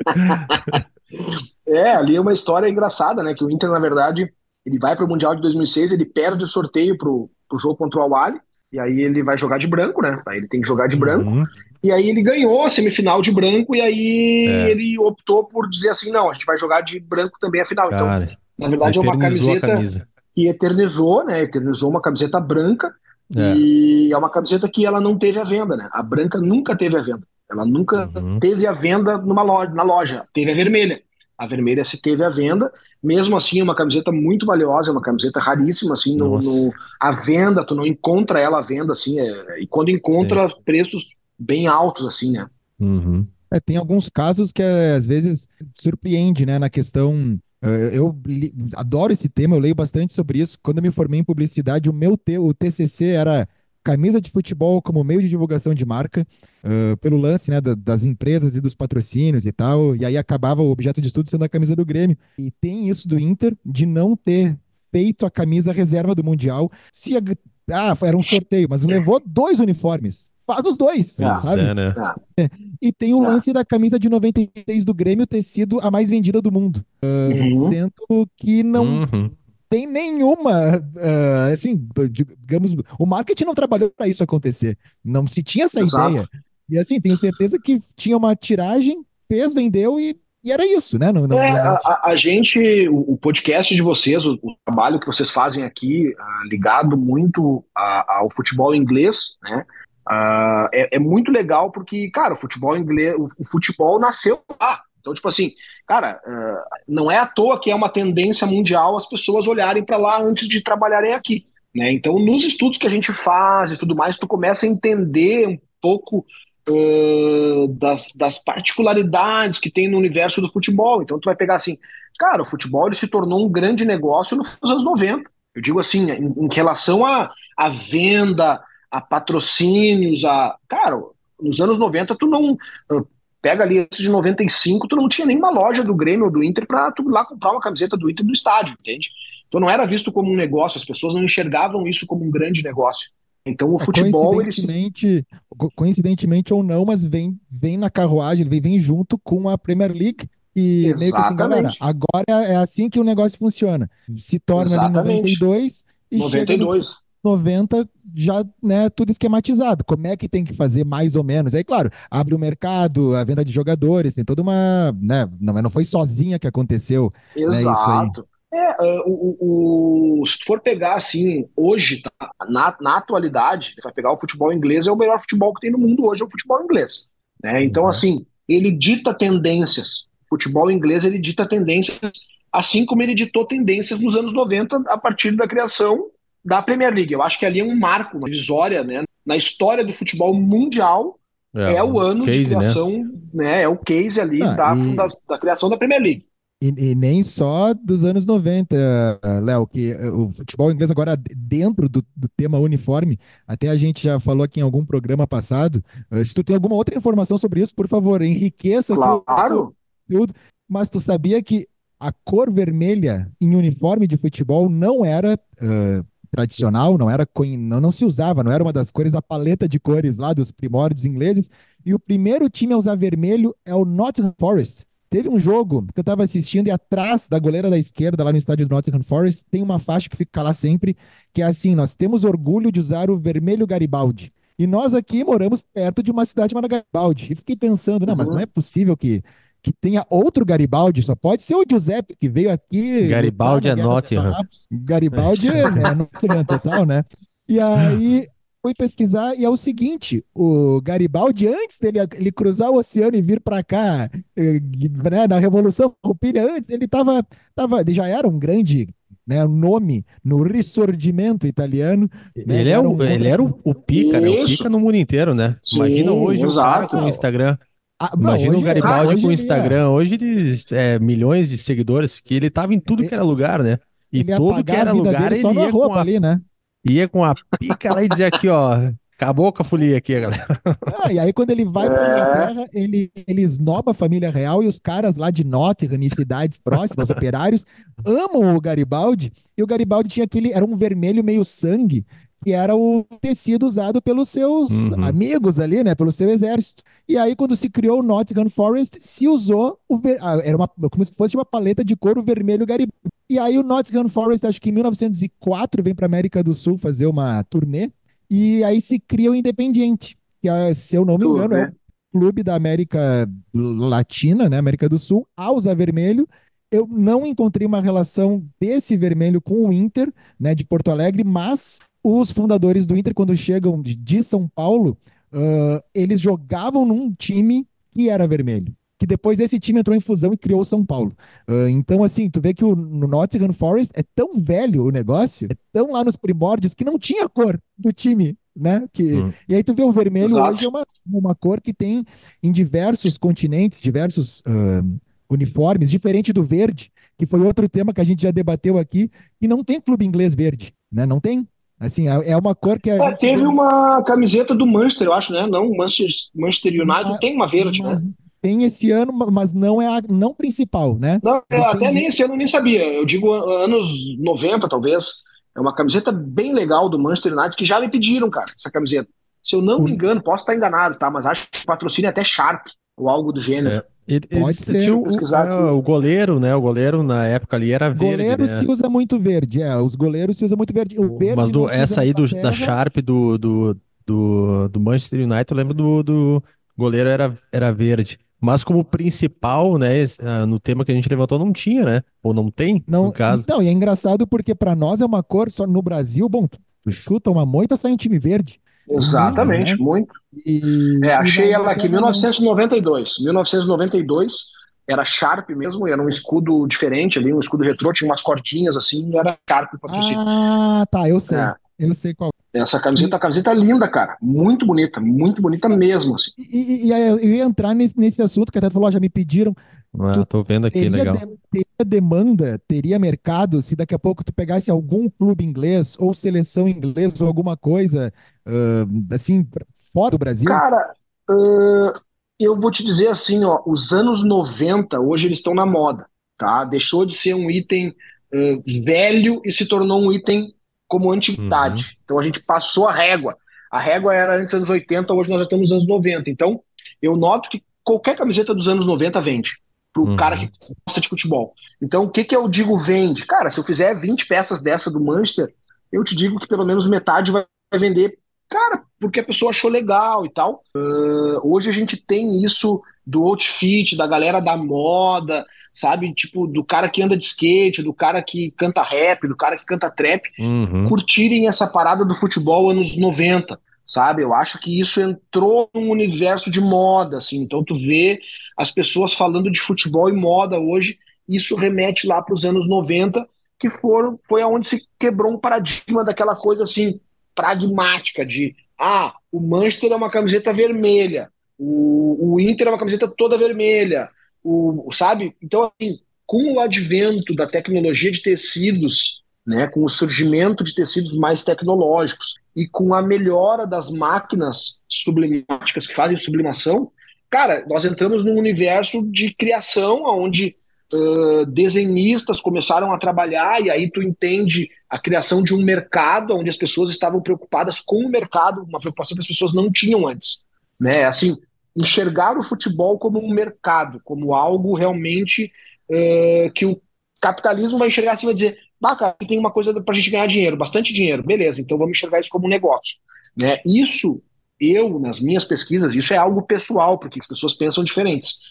É, ali é uma história engraçada, né? Que o Inter, na verdade, ele vai para o Mundial de dois mil e seis, ele perde o sorteio pro, pro jogo contra o Al-Ahly, e aí ele vai jogar de branco, né? Aí ele tem que jogar de branco. Uhum, E aí ele ganhou a semifinal de branco, e aí é, ele optou por dizer assim: não, a gente vai jogar de branco também a final. Então, cara, na verdade, é uma eternizou a camiseta camisa. que eternizou, né? Eternizou uma camiseta branca, É, e é uma camiseta que ela não teve a venda, né? A branca nunca teve a venda. Ela nunca uhum, teve a venda numa loja, na loja. Teve a vermelha. A vermelha se teve a venda, mesmo assim é uma camiseta muito valiosa, é uma camiseta raríssima, assim, no, nossa, no a venda, tu não encontra ela à venda, assim, é, e quando sim. encontra, preços bem altos, assim, né? Uhum, É, tem alguns casos que é, às vezes surpreende, né, na questão. eh, Eu li- adoro esse tema, eu leio bastante sobre isso. Quando eu me formei em publicidade, o meu T, o T C C era camisa de futebol como meio de divulgação de marca, eh, pelo lance, né, da- das empresas e dos patrocínios e tal. E aí acabava o objeto de estudo sendo a camisa do Grêmio. E tem isso do Inter de não ter feito a camisa reserva do Mundial. Se a- ah, era um sorteio, mas levou dois uniformes. Faz os dois, É, pois sabe? é, né? é, E tem o é. lance da camisa de noventa e seis do Grêmio ter sido a mais vendida do mundo. Uh, Uhum. sendo que não Uhum, tem nenhuma, uh, assim, digamos, o marketing não trabalhou para isso acontecer. Não se tinha essa Exato. ideia. E assim, tenho certeza que tinha uma tiragem, fez, vendeu e, e era isso, né? Não, É, não, não, a, não tinha. a- a gente, o, o podcast de vocês, o, o trabalho que vocês fazem aqui, ah, ligado muito a- ao futebol inglês, né? Ah, é, é muito legal porque, cara, o futebol inglês, o, o futebol nasceu lá. Então, tipo assim, cara, ah, não é à toa que é uma tendência mundial as pessoas olharem para lá antes de trabalharem aqui, né? Então, nos estudos que a gente faz e tudo mais, tu começa a entender um pouco uh, das, das particularidades que tem no universo do futebol. Então tu vai pegar assim, cara, o futebol ele se tornou um grande negócio nos anos noventa. Eu digo assim, em, em relação à a, a venda, a patrocínios, a. Cara, nos anos noventa tu não. uh, Pega ali antes de noventa e cinco, tu não tinha nenhuma loja do Grêmio ou do Inter pra tu ir lá comprar uma camiseta do Inter no estádio, entende? Então não era visto como um negócio, as pessoas não enxergavam isso como um grande negócio. Então o É, futebol, ele se. coincidentemente, co- coincidentemente ou não, mas vem, vem na carruagem, vem, vem junto com a Premier League. E meio que assim, galera, Exatamente. agora é assim que o negócio funciona. Se torna ali em noventa e Exatamente. dois e chega no noventa e dois. noventa já, né, tudo esquematizado. Como é que tem que fazer mais ou menos? Aí, claro, abre o mercado, a venda de jogadores, tem toda uma, né, não, não foi sozinha que aconteceu, né, isso aí. Exato. É, uh, o, o- se tu for pegar assim, hoje, tá, na, na atualidade, você vai pegar o futebol inglês, é o melhor futebol que tem no mundo hoje, é o futebol inglês. Né? Então, uhum. assim, ele dita tendências. O futebol inglês, ele dita tendências, assim como ele ditou tendências nos anos noventa a partir da criação da Premier League. Eu acho que ali é um marco, uma divisória, né? Na história do futebol mundial, É, é o um ano de case, né? criação, né? É o case ali Ah, da, funda- e, da criação da Premier League. E, e nem só dos anos noventa, eh, Léo, que eh, o futebol inglês agora dentro do, do tema uniforme, até a gente já falou aqui em algum programa passado. eh, Se tu tem alguma outra informação sobre isso, por favor, enriqueça aqui o nosso Claro. conteúdo. Mas tu sabia que a cor vermelha em uniforme de futebol não era eh, tradicional, não era conhe- não, não se usava, não era uma das cores da paleta de cores lá dos primórdios ingleses. E o primeiro time a usar vermelho é o Nottingham Forest. Teve um jogo que eu tava assistindo e atrás da goleira da esquerda, lá no estádio do Nottingham Forest, tem uma faixa que fica lá sempre, que é assim: nós temos orgulho de usar o vermelho Garibaldi. E nós aqui moramos perto de uma cidade chamada Garibaldi. E fiquei pensando, não, mas não Uhum. é possível que, que tenha outro Garibaldi, só pode ser o Giuseppe, que veio aqui lutar Garibaldi na é Guerra dos Nottingham. Farrapos. Garibaldi é, é Nottingham total, né? E aí fui pesquisar e é o seguinte: o Garibaldi, antes dele ele cruzar o oceano e vir para cá, eh, né, na Revolução Farroupilha, antes ele tava, tava, ele já era um grande, né, nome no Risorgimento italiano, né? Ele, Ele é era o, um ele era o, contra... o pica, né? O pica Isso, no mundo inteiro, né? Imagina sim, hoje o cara exato. com o Não, Instagram. ah, não, Imagina o hoje, Garibaldi hoje com o ele é, Instagram. Hoje ele é milhões de seguidores, que ele tava em tudo que era lugar, né? E ele ia todo que pagar a era vida lugar dele só ele no ia com arroba a, ali, né? ia com a pica lá e dizia aqui, ó, acabou com a folia aqui, galera. Ah, e aí quando ele vai para É, Inglaterra, ele, ele esnoba a família real e os caras lá de Nottingham e cidades próximas, operários, amam o Garibaldi. E o Garibaldi tinha aquele, era um vermelho meio sangue, que era o tecido usado pelos seus Uhum. amigos ali, né, pelo seu exército. E aí quando se criou o Nottingham Forest, se usou o ver, ah, era uma, como se fosse uma paleta de couro vermelho Garibaldi. E aí o Nottingham Forest, acho que em mil novecentos e quatro, vem para América do Sul fazer uma turnê e aí se cria o Independiente, que é, se eu não me tu engano, é o vê. clube da América Latina, né, América do Sul, a usar vermelho. Eu não encontrei uma relação desse vermelho com o Inter, né, de Porto Alegre, mas os fundadores do Inter, quando chegam de São Paulo, uh, eles jogavam num time que era vermelho. Que depois esse time entrou em fusão e criou o São Paulo. Uh, então, assim, tu vê que o, no Nottingham Forest é tão velho o negócio, é tão lá nos primórdios, que não tinha cor do time, né? Que, Hum. e aí tu vê o vermelho hoje Exato. é uma, uma cor que tem em diversos continentes, diversos uh, uniformes, diferente do verde, que foi outro tema que a gente já debateu aqui, e não tem clube inglês verde, né? Não tem. Assim, é é uma cor que a É, gente vê, teve uma camiseta do Manchester, eu acho, né? Não, Manchester, Manchester United ma- tem uma verde, né? mas tem esse ano, ma- mas não é a não principal, né? Não, eu Eles têm até nem duas. esse ano eu nem sabia. Eu digo a- anos noventa talvez. É uma camiseta bem legal do Manchester United que já me pediram, cara, essa camiseta. Se eu não O, me engano, posso estar enganado, tá? Mas acho que patrocina até Sharp ou algo do gênero. É. Ele- pode Eles ser. Deixa eu tinham o, pesquisar é, aqui. o goleiro, né? O goleiro na época ali era verde, Goleiro se né? usa muito verde, é. Os goleiros se usa muito verde. O O- Mas verde do, não se usa essa na aí do, da Inglaterra. Sharp do, do, do, do Manchester United, eu lembro do, do goleiro era, era verde. Mas como principal, né? esse, ah, no tema que a gente levantou, não tinha, né? Ou não tem, no Não, caso. então, e é engraçado porque para nós é uma cor, só no Brasil, bom, tu, tu chuta uma moita, sai um time verde. E muitos, Exatamente, né? muito. E, É, e na achei ela aqui, Inglaterra não. mil novecentos e noventa e dois. mil novecentos e noventa e dois era Sharp mesmo, era um escudo diferente ali, um escudo retrô, tinha umas cordinhas assim, e era Sharp o patrocínio. Ah, tá, eu sei. É, Eu sei qual. essa camiseta, Que, a camiseta é linda, cara. Muito bonita, muito bonita mesmo, assim. e, e, e aí eu ia entrar nesse, nesse assunto que até tu falou, ó, já me pediram. Ah, Tu tô vendo aqui, teria, legal. de- teria demanda, teria mercado se daqui a pouco tu pegasse algum clube inglês ou seleção inglesa ou alguma coisa ah, assim, pra- fora do Brasil? Cara, ãh, eu vou te dizer assim, ó, os anos noventa hoje eles estão na moda, tá? Deixou de ser um item ãh, velho e se tornou um item como Uhum, antiguidade. Então a gente passou a régua. A régua era antes dos anos oitenta, hoje nós já estamos nos anos noventa. Então eu noto que qualquer camiseta dos anos noventa vende pro cara que uhum, gosta de futebol. Então o que que eu digo vende? Cara, se eu fizer vinte peças dessa do Manchester, eu te digo que pelo menos metade vai vender. Cara, porque a pessoa achou legal e tal. Hoje a gente tem isso do outfit, da galera da moda, sabe? Tipo, do cara que anda de skate, do cara que canta rap, do cara que canta trap, uhum. curtirem essa parada do futebol anos noventa, sabe? Eu acho que isso entrou num universo de moda, assim. Então tu vê as pessoas falando de futebol e moda hoje, isso remete lá para os anos noventa, que foram, foi aonde se quebrou um paradigma daquela coisa assim pragmática de ah, o Manchester é uma camiseta vermelha, o, o Inter é uma camiseta toda vermelha, o, sabe? Então, assim, com o advento da tecnologia de tecidos, né, com o surgimento de tecidos mais tecnológicos e com a melhora das máquinas sublimáticas que fazem sublimação, cara, nós entramos num universo de criação onde uh, desenhistas começaram a trabalhar e aí tu entende a criação de um mercado onde as pessoas estavam preocupadas com o mercado, uma preocupação que as pessoas não tinham antes, né? Assim, enxergar o futebol como um mercado, como algo realmente é, que o capitalismo vai enxergar assim e vai dizer, ah, cara, tem uma coisa pra gente ganhar dinheiro, bastante dinheiro, beleza, então vamos enxergar isso como um negócio, né? Isso, eu, nas minhas pesquisas, isso é algo pessoal, porque as pessoas pensam diferentes,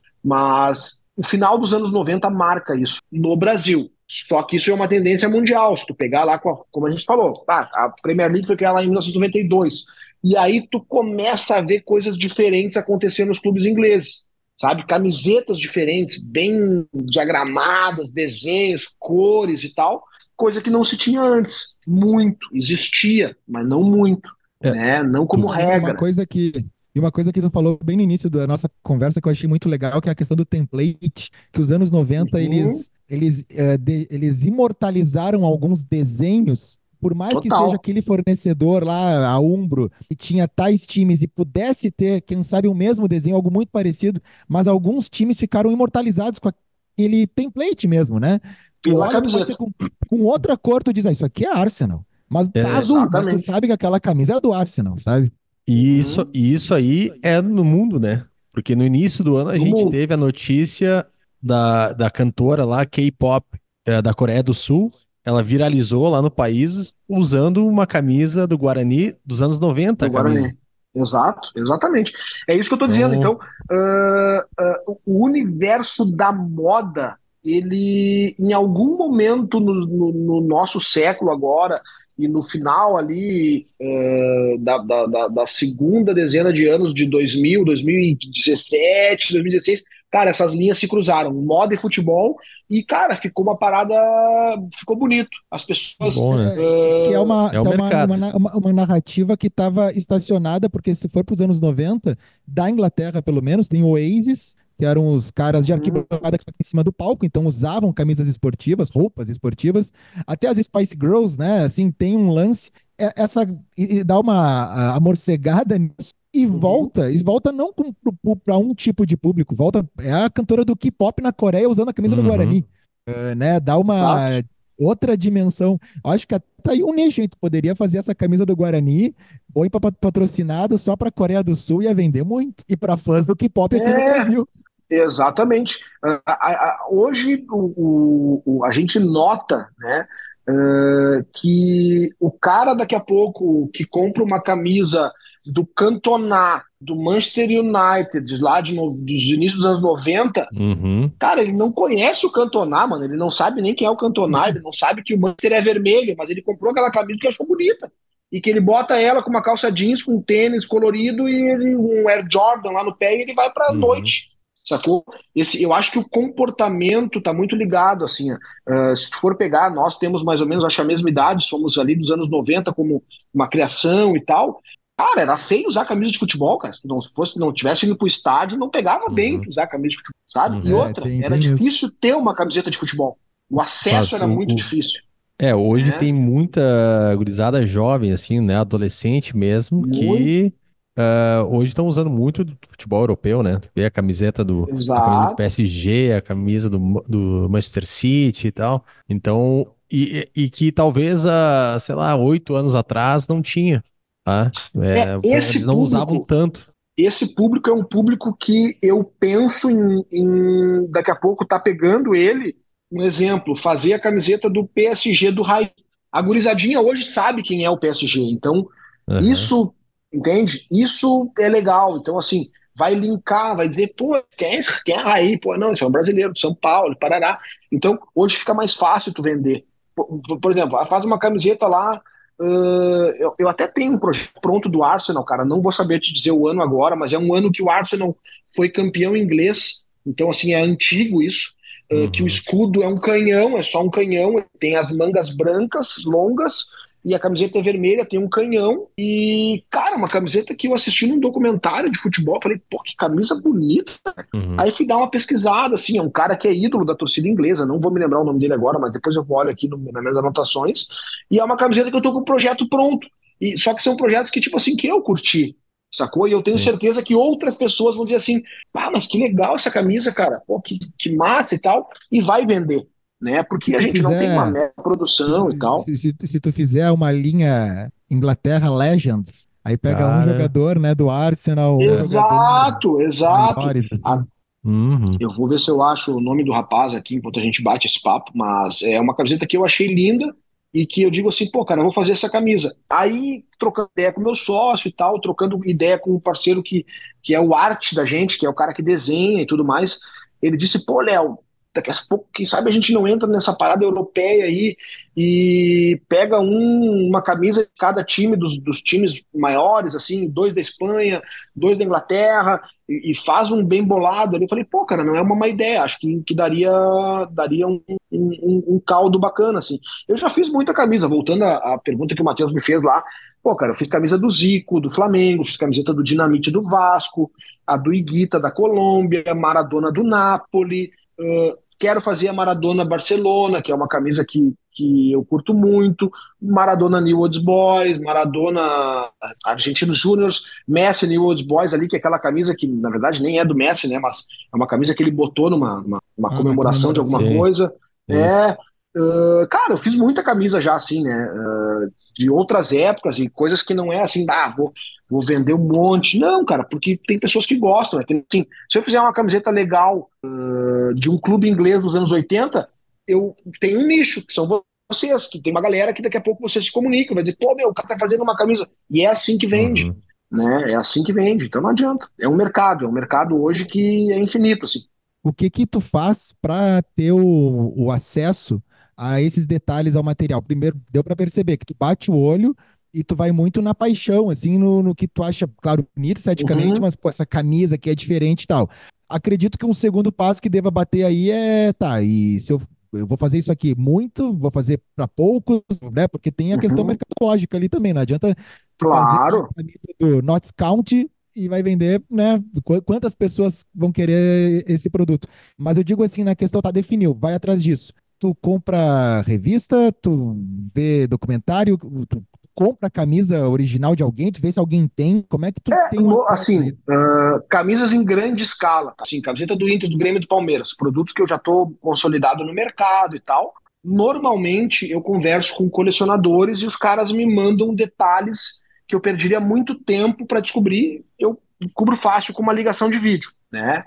mas o final dos anos noventa marca isso no Brasil. Só que isso é uma tendência mundial. Se tu pegar lá, com a- como a gente falou, tá, a Premier League foi criada lá em mil novecentos e noventa e dois. E aí tu começa a ver coisas diferentes acontecendo nos clubes ingleses, sabe? Camisetas diferentes, bem diagramadas, desenhos, cores e tal, coisa que não se tinha antes. Muito, existia, mas não muito, É, né? Não como Uma, uma, uma regra. coisa que. E uma coisa que tu falou bem no início da nossa conversa que eu achei muito legal, que é a questão do template, que os anos noventa Uhum, eles, eles, eh, de- eles imortalizaram alguns desenhos, por mais que seja total. aquele fornecedor lá, a Umbro, que tinha tais times e pudesse ter, quem sabe, o mesmo desenho, algo muito parecido, mas alguns times ficaram imortalizados com aquele template mesmo, né? Tu Pela olha, pode ser camiseta. com, com outra cor, tu diz, ah, isso aqui é Arsenal. Mas tá é, azul, mas tu Exatamente. sabe que aquela camisa é do Arsenal, sabe? e isso, Uhum. e isso aí é no mundo, né? Porque no início do ano a No gente mundo. teve a notícia da, da cantora lá, K-pop, eh, da Coreia do Sul. Ela viralizou lá no país usando uma camisa do Guarani dos anos noventa, a Do camisa. Guarani. Exato, exatamente. É isso que eu estou dizendo. Então, Então, ah, ah, o universo da moda, ele, em algum momento no, no- no nosso século agora, e no final ali eh, da, da, da- da segunda dezena de anos de dois mil, dois mil e dezessete, dois mil e dezesseis, cara, essas linhas se cruzaram, moda e futebol, e, cara, ficou uma parada, ficou bonito. As pessoas. bom, né? É, que é uma, É o que é uma, uma, mercado. na- uma- uma narrativa que estava estacionada, porque se for para os anos noventa da Inglaterra pelo menos, tem o Oasis, que eram os caras de Uhum, arquibancada que estavam em cima do palco, então usavam camisas esportivas, roupas esportivas, até as Spice Girls, né? Assim, tem um lance, é- essa, e, e dá uma a, amorcegada nisso, e uhum, volta, e volta não para um tipo de público, volta, é a cantora do K-pop na Coreia usando a camisa do Uhum. Guarani, eh, né? Dá exato. uma outra dimensão. Acho que até tá aí um nicho, hein? Tu poderia fazer essa camisa do Guarani, põe para patrocinado só para Coreia do Sul, ia vender muito. E para fãs do K-pop aqui no É, Brasil. exatamente. A- a- a- hoje o, o- o- a gente nota, né, eh, que o cara daqui a pouco que compra uma camisa do Cantona, do Manchester United, lá de no- dos inícios dos anos noventa, Uhum. cara, ele não conhece o Cantona, mano. Ele não sabe nem quem é o Cantona, ele não sabe que o Manchester é vermelho, mas ele comprou aquela camisa porque achou bonita. E que ele bota ela com uma calça jeans, com um tênis colorido e ele- um Air Jordan lá no pé e ele vai pra Uhum. noite. Sacou? Esse, eu acho que o comportamento tá muito ligado, assim. Uh, se tu for pegar, nós temos mais ou menos, acho a mesma idade, somos ali dos anos noventa como uma criação e tal. Cara, era feio usar camisa de futebol, cara. Se tu não fosse, não tivesse indo pro estádio, não pegava bem Uhum. tu usar camisa de futebol, sabe? E Uhum. É, outra, tem, era tem isso. difícil ter uma camiseta de futebol. O acesso Mas era o, muito o- difícil, é, hoje né? tem muita gurizada jovem, assim, né? Adolescente mesmo, Muito, que ah, hoje estão usando muito do futebol europeu, né? Tu vê a camiseta do, a camisa do exato. P S G, a camisa do, Ma- do Manchester City e tal. Então, e, e que talvez, há, sei lá, oito anos atrás não tinha, tá? É, É, eles esse não usavam público, tanto. esse público é um público que eu penso em, em daqui a pouco tá pegando ele, um exemplo, fazer a camiseta do P S G do Raí. A gurizadinha hoje sabe quem é o P S G, então Aham. isso, entende? Isso é legal. Então, assim, vai linkar, vai dizer, pô, quem é, esse- quem é Raí? Pô, não, isso é um brasileiro de São Paulo, Parará. Então, hoje fica mais fácil tu vender. Por, por exemplo, faz uma camiseta lá. Uh, eu, eu até tenho um projeto pronto do Arsenal, cara. Não vou saber te dizer o ano agora, mas é um ano que o Arsenal foi campeão inglês. Então, assim, é antigo isso. Uh, que o Uhum. escudo é um canhão, é só um canhão, tem as mangas brancas, longas, e a camiseta é vermelha, tem um canhão. E, cara, uma camiseta que eu assisti num documentário de futebol. Falei, pô, que camisa bonita. Uhum. Aí fui dar uma pesquisada, assim, é um cara que é ídolo da torcida inglesa, não vou me lembrar o nome dele agora, mas depois eu olho aqui no, nas minhas anotações, e é uma camiseta que eu tô com o projeto pronto, e só que são projetos que, tipo assim, que eu curti, sacou? E eu tenho Sim. certeza que outras pessoas vão dizer assim, pá, mas que legal essa camisa, cara, pô, que, que massa e tal, e vai vender, né? Se Porque a tu gente não tem uma fizer, mega se, tu- produção e tal. se, se, se tu fizer uma linha Inglaterra Legends, Aí pega um Cara, jogador, né, do Arsenal, um jogador Exato, exato. maiores, A- assim. uhum. eu vou ver se eu acho o nome do rapaz aqui enquanto a gente bate esse papo, mas é uma camiseta que eu achei linda e que eu digo assim, pô, cara, eu vou fazer essa camisa. Aí, trocando ideia com o meu sócio e tal, trocando ideia com um parceiro que, que é o arte da gente, que é o cara que desenha e tudo mais, ele disse, pô, Léo, daqui a pouco, quem sabe a gente não entra nessa parada europeia aí e pega um- uma camisa de cada time, dos, dos times maiores, assim, dois da Espanha, dois da Inglaterra, e, e faz um bem bolado ali. Eu falei, pô, cara, não é uma má ideia, acho que, que daria, daria um, um, um- um caldo bacana, assim. Eu já fiz muita camisa, voltando à, à pergunta que o Matheus me fez lá, pô, cara, eu fiz camisa do Zico, do Flamengo, fiz camiseta do Dinamite do Vasco, a do Higuita da Colômbia, Maradona do Napoli, uh, quero fazer a Maradona Barcelona, que é uma camisa que, que eu curto muito, Maradona New Old Boys, Maradona Argentinos Júniors, Messi New Old Boys ali, que é aquela camisa que na verdade nem é do Messi, né? Mas é uma camisa que ele botou numa uma, uma Ah, na comemoração de alguma comemoração. Sim, coisa. isso. É, uh, cara, eu fiz muita camisa já assim, né? Uh, de outras épocas e coisas que não é assim, ah, vou, vou vender um monte. Não, cara, porque tem pessoas que gostam, né? Tem, assim, se eu fizer uma camiseta legal uh, de um clube inglês dos anos oitenta, eu tenho um nicho, que são vocês, que tem uma galera que daqui a pouco você se comunica, vai dizer, pô, meu, o cara tá fazendo uma camisa. E é assim que vende, Uhum. né? É assim que vende, então não adianta. É um mercado, é um mercado hoje que é infinito, assim. O que que tu faz para ter o, o acesso a esses detalhes ao material? Primeiro, deu para perceber que tu bate o olho e tu vai muito na paixão, assim, no, no que tu acha, claro, bonito esteticamente, Uhum, mas, pô, essa camisa aqui é diferente e tal. Acredito que um segundo passo que deva bater aí é, tá, e se eu, eu vou fazer isso aqui muito, vou fazer para poucos, né? Porque tem a questão uhum, mercadológica ali também, não adianta tu fazer a claro. camisa do Notts County e vai vender, né? Qu- Quantas pessoas vão querer esse produto? Mas eu digo assim, na questão, tá, definiu, vai atrás disso. Tu compra revista, tu vê documentário, tu compra a camisa original de alguém, tu vê se alguém tem, como é que tu tem o No- acesso aí? assim, uh, camisas em grande escala, tá? Assim, camiseta do Inter, do Grêmio e do Palmeiras, produtos que eu já estou consolidado no mercado e tal. Normalmente eu converso com colecionadores e os caras me mandam detalhes que eu perderia muito tempo para descobrir. Eu descubro fácil com uma ligação de vídeo, né?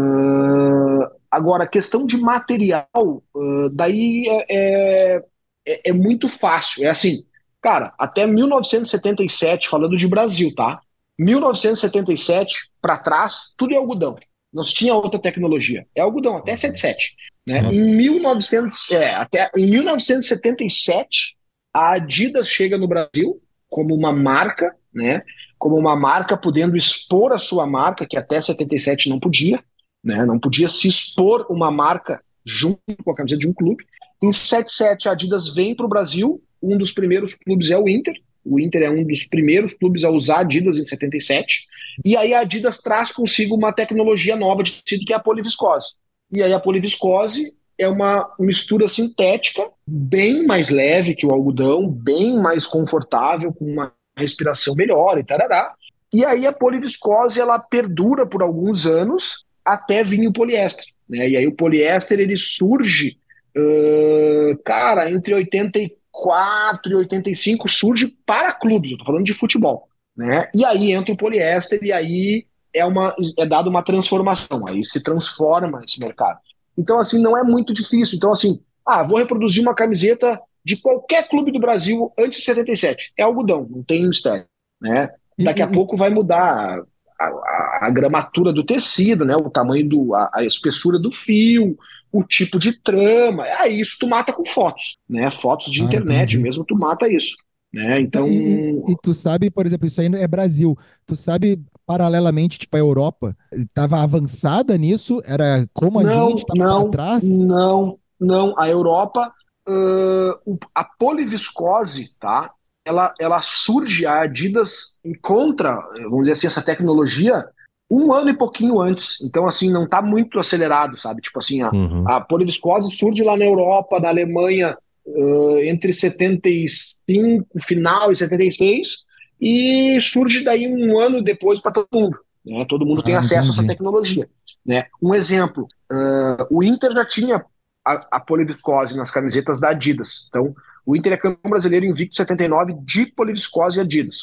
Uh, agora, questão de material, uh, daí é, é, é é muito fácil. É assim, cara, até mil novecentos e setenta e sete, falando de Brasil, tá? mil novecentos e setenta e sete para trás, tudo é algodão. Não se tinha outra tecnologia. É algodão, até setenta e Uhum. sete. Né? Em, Nossa. mil e novecentos, é, até, em mil novecentos e setenta e sete, a Adidas chega no Brasil como uma marca, né? Como uma marca podendo expor a sua marca, que até setenta e sete não podia, né? Não podia se expor uma marca junto com a camiseta de um clube. Em setenta e sete, a Adidas vem para o Brasil. Um dos primeiros clubes é o Inter, o Inter é um dos primeiros clubes a usar Adidas em setenta e sete. E aí a Adidas traz consigo uma tecnologia nova de tecido que é a poliviscose. E aí a poliviscose é uma mistura sintética bem mais leve que o algodão, bem mais confortável, com uma respiração melhor e tarará. E aí a poliviscose ela perdura por alguns anos até vir o poliéster. Né? E aí o poliéster ele surge, uh, cara, entre oitenta e quatro e oitenta e cinco surge para clubes, eu tô falando de futebol, né? E aí entra o poliéster e aí é uma é dada uma transformação, aí se transforma esse mercado. Então assim não é muito difícil. Então assim, ah, vou reproduzir uma camiseta de qualquer clube do Brasil antes de setenta e sete. É algodão, não tem mistério, né? E, Daqui a e- pouco vai mudar a, a, a gramatura do tecido, né? O tamanho do a, a espessura do fio, o tipo de trama. Aí isso tu mata com fotos, né? Fotos de ah, internet entendi. mesmo, tu mata isso, né? Então, Então, e, e- e tu sabe, por exemplo, isso aí é Brasil. Tu sabe, paralelamente, tipo, a Europa estava avançada nisso? Era como a gente não, estava para não, trás? não, não. A Europa, uh, o- a poliviscose, tá? Ela, ela surge, a Adidas encontra, vamos dizer assim, essa tecnologia um ano e pouquinho antes. Então, assim, não tá muito acelerado, sabe? Tipo assim, a, Uhum. a poliviscose surge lá na Europa, na Alemanha, uh, entre setenta e cinco, final, e setenta e seis, e surge daí um ano depois para todo mundo, né? Todo mundo tem Ah, acesso a essa entendi. tecnologia, né? Um exemplo, uh, o Inter já tinha a, a poliviscose nas camisetas da Adidas. Então, o Inter é campeão brasileiro invicto setenta e nove de poliviscose e Adidas.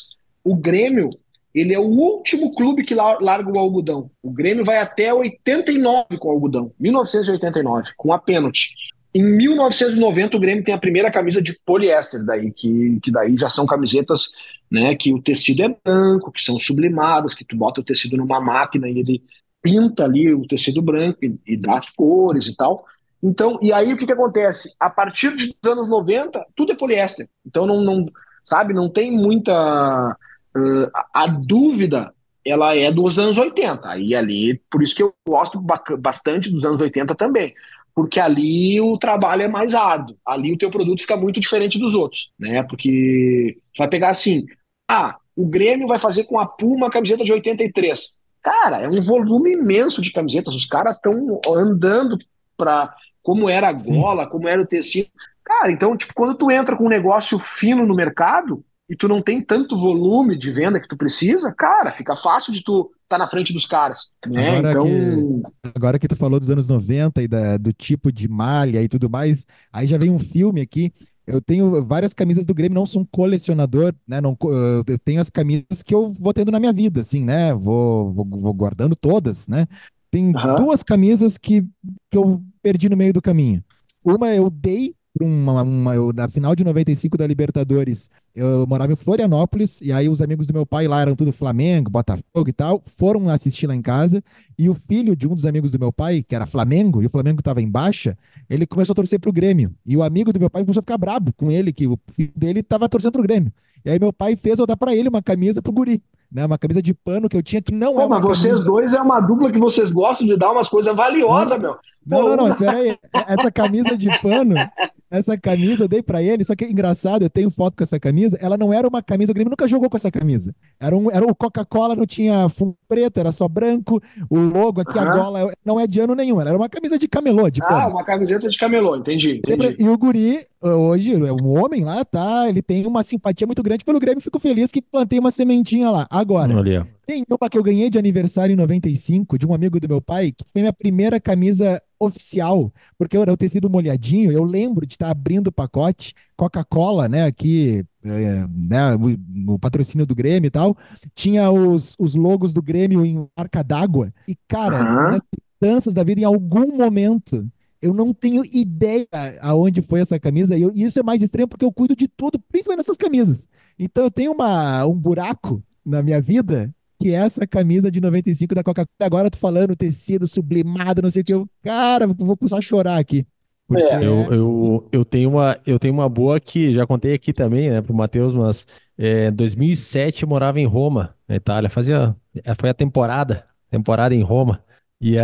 o Grêmio, ele é o último clube que lar- larga o algodão. O Grêmio vai até oitenta e nove com o algodão, mil novecentos e oitenta e nove, com a pênalti. Em mil novecentos e noventa, o Grêmio tem a primeira camisa de poliéster, daí, que, que daí já são camisetas, né, que o tecido é branco, que são sublimadas, que tu bota o tecido numa máquina e ele pinta ali o tecido branco e, e dá as cores e tal. Então, e aí o que que acontece? A partir dos anos noventa, tudo é poliéster. Então não, não sabe, não tem muita uh, a, a dúvida, ela é dos anos oitenta. Aí ali, por isso que eu gosto bastante dos anos oitenta também, porque ali o trabalho é mais árduo. Ali o teu produto fica muito diferente dos outros, né? Porque você vai pegar assim, ah, o Grêmio vai fazer com a Puma uma camiseta de oitenta e três. Cara, é um volume imenso de camisetas. Os caras estão andando para como era a Sim. gola, como era o tecido. Cara, então, tipo, quando tu entra com um negócio fino no mercado e tu não tem tanto volume de venda que tu precisa, cara, fica fácil de tu estar tá na frente dos caras, né? Agora que, Então, agora que tu falou dos anos noventa e da- do tipo de malha e tudo mais, aí já vem um filme aqui. Eu tenho várias camisas do Grêmio, não sou um colecionador, né? Não, co- eu eu tenho as camisas que eu vou tendo na minha vida, assim, né? Vou, vou, vou guardando todas, né? Tem aham, duas camisas que, que eu perdi no meio do caminho. Uma eu dei para uma, uma eu, na final de noventa e cinco da Libertadores. Eu morava em Florianópolis, e aí os amigos do meu pai lá eram tudo Flamengo, Botafogo e tal, foram assistir lá em casa, e o filho de um dos amigos do meu pai, que era Flamengo, e o Flamengo estava em baixa, ele começou a torcer pro Grêmio. E o amigo do meu pai começou a ficar brabo com ele, que o filho dele estava torcendo pro Grêmio. E aí meu pai fez eu dar para ele uma camisa pro guri, né? Uma camisa de pano que eu tinha, que não é pô, uma mas vocês camisa. dois é uma dupla que vocês gostam de dar umas coisas Não, valiosas, não, meu. não, não, Pô, não, um... espera aí. É- Essa camisa de pano, essa camisa eu dei pra ele, só que é engraçado, eu tenho foto com essa camisa, ela não era uma camisa, o Grêmio nunca jogou com essa camisa. Era um, era o Coca-Cola, não tinha fundo preto, era só branco, o logo aqui, a Aham. gola, não é de ano nenhum, ela era uma camisa de camelô, de Ah, pano. uma camiseta de camelô, entendi, Dei pra- entendi. E o guri, hoje, é um homem lá, tá? Ele tem uma simpatia muito grande pelo Grêmio. Fico feliz que plantei uma sementinha lá. Agora, Ali, ó. tem uma que eu ganhei de aniversário em noventa e cinco de um amigo do meu pai, que foi minha primeira camisa oficial, porque era o tecido molhadinho. Eu lembro de estar abrindo o pacote, Coca-Cola, né? Aqui, é, né, o, o patrocínio do Grêmio e tal. Tinha os, os logos do Grêmio em marca d'água. E, cara, nas Aham. danças da vida, em algum momento. Eu não tenho ideia aonde foi essa camisa, e, eu- e isso é mais estranho porque eu cuido de tudo, principalmente nessas camisas. Então eu tenho uma, um buraco na minha vida, que é essa camisa de noventa e cinco da Coca-Cola. Agora eu tô falando tecido sublimado, não sei o que. Eu, cara, eu vou começar a chorar aqui. Porque É. é. Eu, eu, eu tenho uma, eu tenho uma boa que já contei aqui também, né, pro Matheus, mas é, dois mil e sete eu morava em Roma, na Itália. Fazia, é, foi a temporada, temporada em Roma. E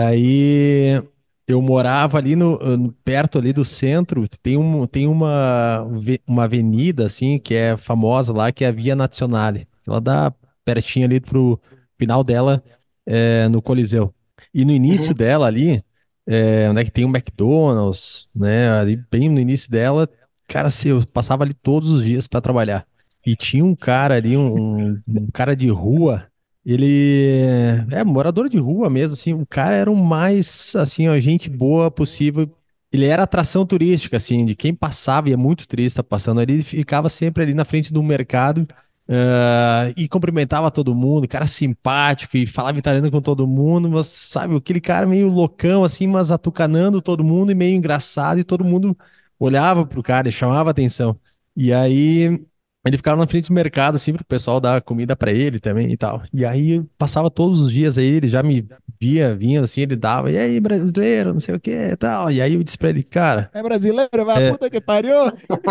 aí eu morava ali no, no- perto ali do centro. Tem, um, tem uma, ve- uma avenida assim que é famosa lá, que é a Via Nazionale. Ela dá pertinho ali pro final dela, é, no Coliseu. E no início Uhum. dela ali é, onde é que tem um McDonald's, né? Ali bem no início dela, cara, assim, eu passava ali todos os dias para trabalhar. E tinha um cara ali, um, um um cara de rua, ele é morador de rua mesmo, assim, o cara era o mais, assim, a gente boa possível. Ele era atração turística, assim, de quem passava, e é muito turista passando ali, ele ficava sempre ali na frente do mercado, ah, e cumprimentava todo mundo, cara simpático e falava italiano com todo mundo, mas sabe, aquele cara meio loucão assim, mas atucanando todo mundo e meio engraçado e todo mundo olhava pro cara e chamava atenção. E aí ele ficava na frente do mercado assim pro pessoal dar comida pra ele também e tal. E aí eu passava todos os dias aí, ele já me via, vinha assim, ele dava, e aí brasileiro, não sei o que e tal. E aí eu disse pra ele, cara, É brasileiro, vai a é, puta que pariu.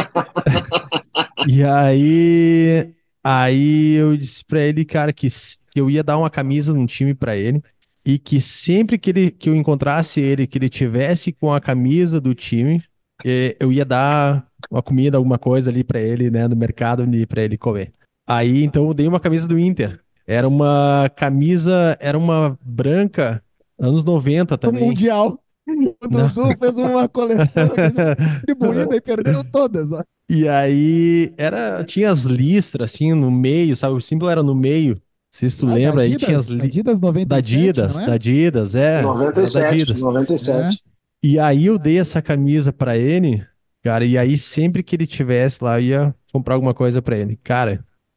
e aí, aí eu disse pra ele, cara, que, s- que eu ia dar uma camisa num time pra ele e que sempre que ele que eu encontrasse ele, que ele tivesse com a camisa do time, eh, eu ia dar uma comida, alguma coisa ali pra ele, né, no mercado ali para ele comer. Aí, então eu dei uma camisa do Inter. Era uma camisa, era uma branca, anos noventa O também. Mundial. O Não. Dudu fez uma coleção, distribuída e perdeu todas, ó. E aí era, tinha as listras assim no meio, sabe? O símbolo era no meio. Não sei se tu Ah, da lembra, aí tinha as Adidas, li... Adidas noventa da e sete, não Adidas, da é? Adidas, é, noventa e era da sete, Adidas. noventa e É. sete. E aí eu dei essa camisa pra ele, cara, e aí sempre que ele tivesse lá, eu ia comprar alguma coisa pra ele. Cara,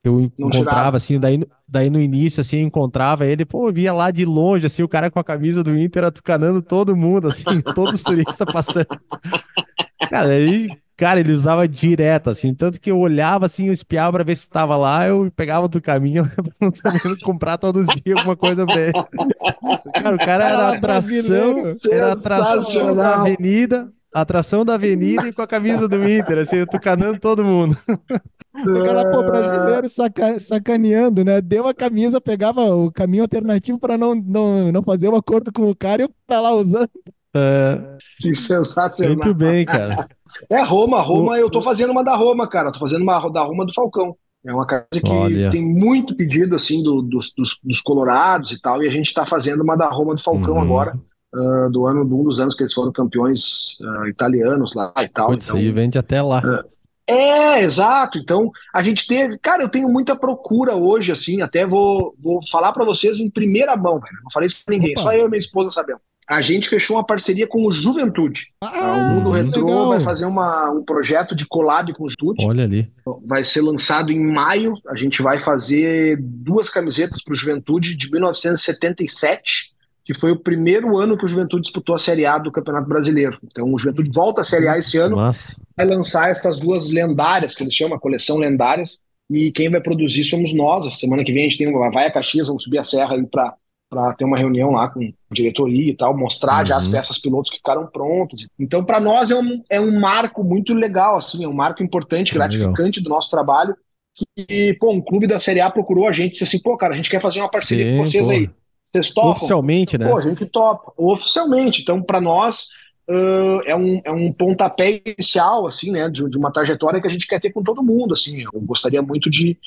Eu Não encontrava, tiraram. assim, daí, no- daí no início, assim, eu encontrava ele, pô, eu via lá de longe, assim, o cara com a camisa do Inter atucanando todo mundo, assim, todos os turistas passando. Cara, aí, cara, ele usava direto, assim, tanto que eu olhava, assim, eu espiava pra ver se estava lá, eu pegava outro caminho pra também não comprar todos os dias alguma coisa pra ele. Cara, o cara era Ah, brasileiro. atração, era atração da Sensacional. avenida, atração da avenida e com a camisa do Inter, assim, atucanando todo mundo. O cara, pô, Ah, brasileiro saca- sacaneando, né? Deu a camisa, pegava o caminho alternativo para não, não, não fazer um acordo com o cara e o cara lá usando. É, que muito sensacional. bem, cara. É Roma, O- Roma, eu tô fazendo uma da Roma, cara. Tô fazendo uma da Roma do Falcão. É uma casa que olha. tem muito pedido, assim, do- dos, dos, dos colorados e tal, e a gente tá fazendo uma da Roma do Falcão agora, Uhum. ah, do ano, de um dos anos que eles foram campeões ah, italianos lá e tal. Putz, aí Então, vende até lá. é, exato. Então, a gente teve. Cara, eu tenho muita procura hoje, assim. Até vou, vou falar pra vocês em primeira mão, velho. Não falei isso pra ninguém, só Opa! eu e minha esposa sabemos. A gente fechou uma parceria com o Juventude. Ah, o Ah, Mundo que Uhum. Retrô vai legal! fazer uma, um projeto de collab com o Juventude. Olha ali. Vai ser lançado em maio. A gente vai fazer duas camisetas para o Juventude de mil novecentos e setenta e sete, que foi o primeiro ano que o Juventude disputou a Série A do Campeonato Brasileiro. Então, o Juventude volta à Série A esse Que ano, massa. vai lançar essas duas lendárias, que eles chamam, a coleção lendárias, e quem vai produzir somos nós. A semana que vem a gente tem uma, vai a Caxias, vamos subir a serra aí para para ter uma reunião lá com diretoria e tal, mostrar já as Uhum. peças pilotos que ficaram prontas. Então, para nós é um, é um marco muito legal, assim, é um marco importante, Ah, legal. gratificante do nosso trabalho. E, pô, um clube da Série A procurou a gente e disse assim, pô, cara, a gente quer fazer uma parceria com Sim, vocês pô. aí. Vocês topam? Oficialmente, Pô, né? a gente topa, oficialmente. Então, para nós, uh, é, um, é um pontapé inicial, assim, né, de, de uma trajetória que a gente quer ter com todo mundo, assim. Eu gostaria muito de,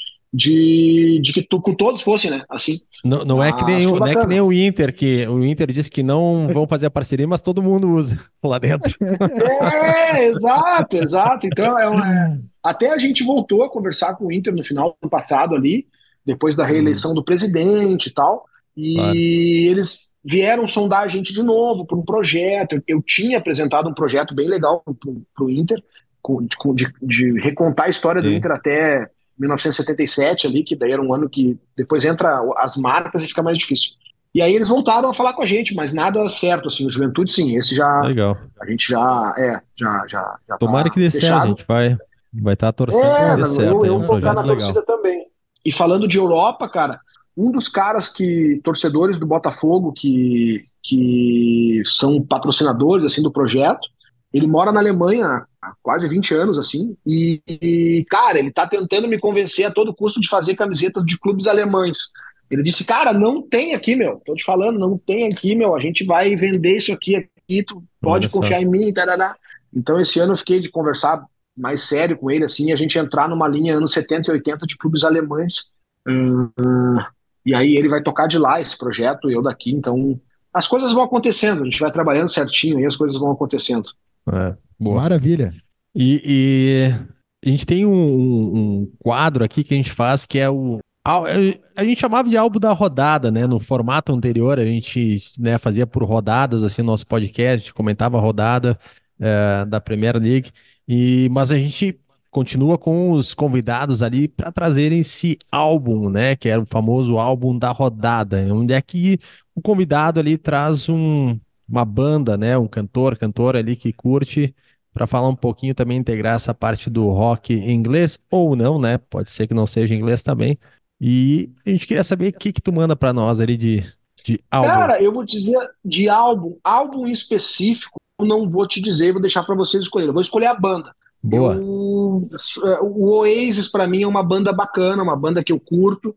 de, de que tu, com todos fosse, né, assim. Não, não é que Mas nem, foi o- não é que bacana. nem o Inter, que o Inter disse que não vão fazer a parceria, mas todo mundo usa lá dentro. É, exato, exato. Então, é, um- é- até a gente voltou a conversar com o Inter no final do ano passado ali, depois da Uhum. reeleição do presidente e tal, Claro. e eles vieram sondar a gente de novo para um projeto. Eu, eu tinha apresentado um projeto bem legal para o Inter, com- de, com- de- de recontar a história do Sim. Inter até mil novecentos e setenta e sete ali, que daí era um ano que depois entra as marcas e fica mais difícil. E aí eles voltaram a falar com a gente, mas nada certo, assim, o Juventude sim, esse já Legal. a gente já é, já já já Tomara que tá dê certo, a fechado. gente vai vai estar torcendo para que É, dê Nossa, eu certo. Aí é eu um vou estar projeto na legal. torcida também. E falando de Europa, cara, um dos caras que torcedores do Botafogo que que são patrocinadores assim do projeto, ele mora na Alemanha há quase vinte anos assim, e, e cara, ele tá tentando me convencer a todo custo de fazer camisetas de clubes alemães. Ele disse, cara, não tem aqui, meu. Tô te falando, não tem aqui, meu. A gente vai vender isso aqui, aqui tu pode Olha só. confiar em mim, tarará. Então, esse ano eu fiquei de conversar mais sério com ele, assim, e a gente entrar numa linha anos setenta e oitenta de clubes alemães. Hum, e aí ele vai tocar de lá esse projeto, eu daqui. Então, as coisas vão acontecendo. A gente vai trabalhando certinho e as coisas vão acontecendo. É, boa. maravilha. E, e a gente tem um, um- um quadro aqui que a gente faz que é o. al- A gente chamava de álbum da rodada, né? No formato anterior, a gente, né, fazia por rodadas, assim, nosso podcast, comentava a rodada eh, da Premier League. E, mas a gente continua com os convidados ali para trazerem esse álbum, né? Que era o famoso álbum da rodada, onde é que o convidado ali traz um, uma banda, né? Um cantor, cantora ali que curte para falar um pouquinho também, integrar essa parte do rock em inglês, ou não, né? Pode ser que não seja em inglês também. E a gente queria saber o que que tu manda para nós ali de, de álbum. Cara, eu vou dizer de álbum, álbum em específico, eu não vou te dizer, vou deixar para vocês escolherem. Eu vou escolher a banda. Eu, Boa. o Oasis para mim é uma banda bacana, uma banda que eu curto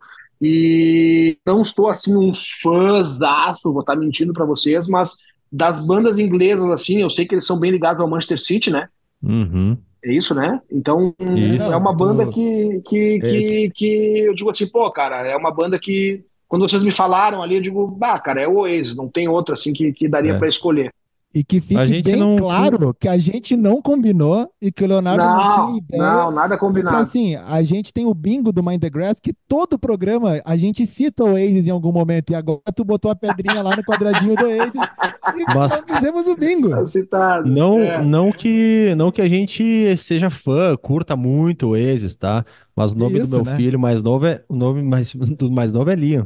e não estou assim um fãzaço, vou estar mentindo para vocês, mas das bandas inglesas assim, eu sei que eles são bem ligados ao Manchester City, né? Uhum. É isso, né? Então É, Isso. é não, uma banda tu, que, que, é, que- que, que eu digo assim, pô, cara, é uma banda que quando vocês me falaram ali, eu digo, bah, cara, é o Oasis, não tem outra assim que, que daria É. para escolher. E que A fique gente bem não. claro que a gente não combinou e que o Leonardo não tinha Não, ideia. não, nada Porque combinado. assim, a gente tem o bingo do Mind the Grass, que todo programa a gente cita o Oasis em algum momento. E agora tu botou a pedrinha lá no quadradinho do Oasis e Mas não fizemos o bingo. Tá citado. não, É, não que, não que a gente seja fã, curta muito o Oasis, tá? Mas o Que nome do isso, meu né? filho mais novo é, o nome mais, do mais novo é Liam.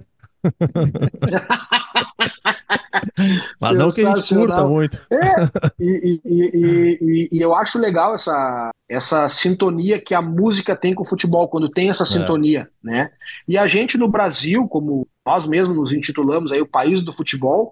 Mas não que a gente curta sensacional. muito. É, e, e, e, e, e eu acho legal essa, essa sintonia que a música tem com o futebol, quando tem essa É. sintonia, né? E a gente no Brasil, como nós mesmos nos intitulamos aí o país do futebol,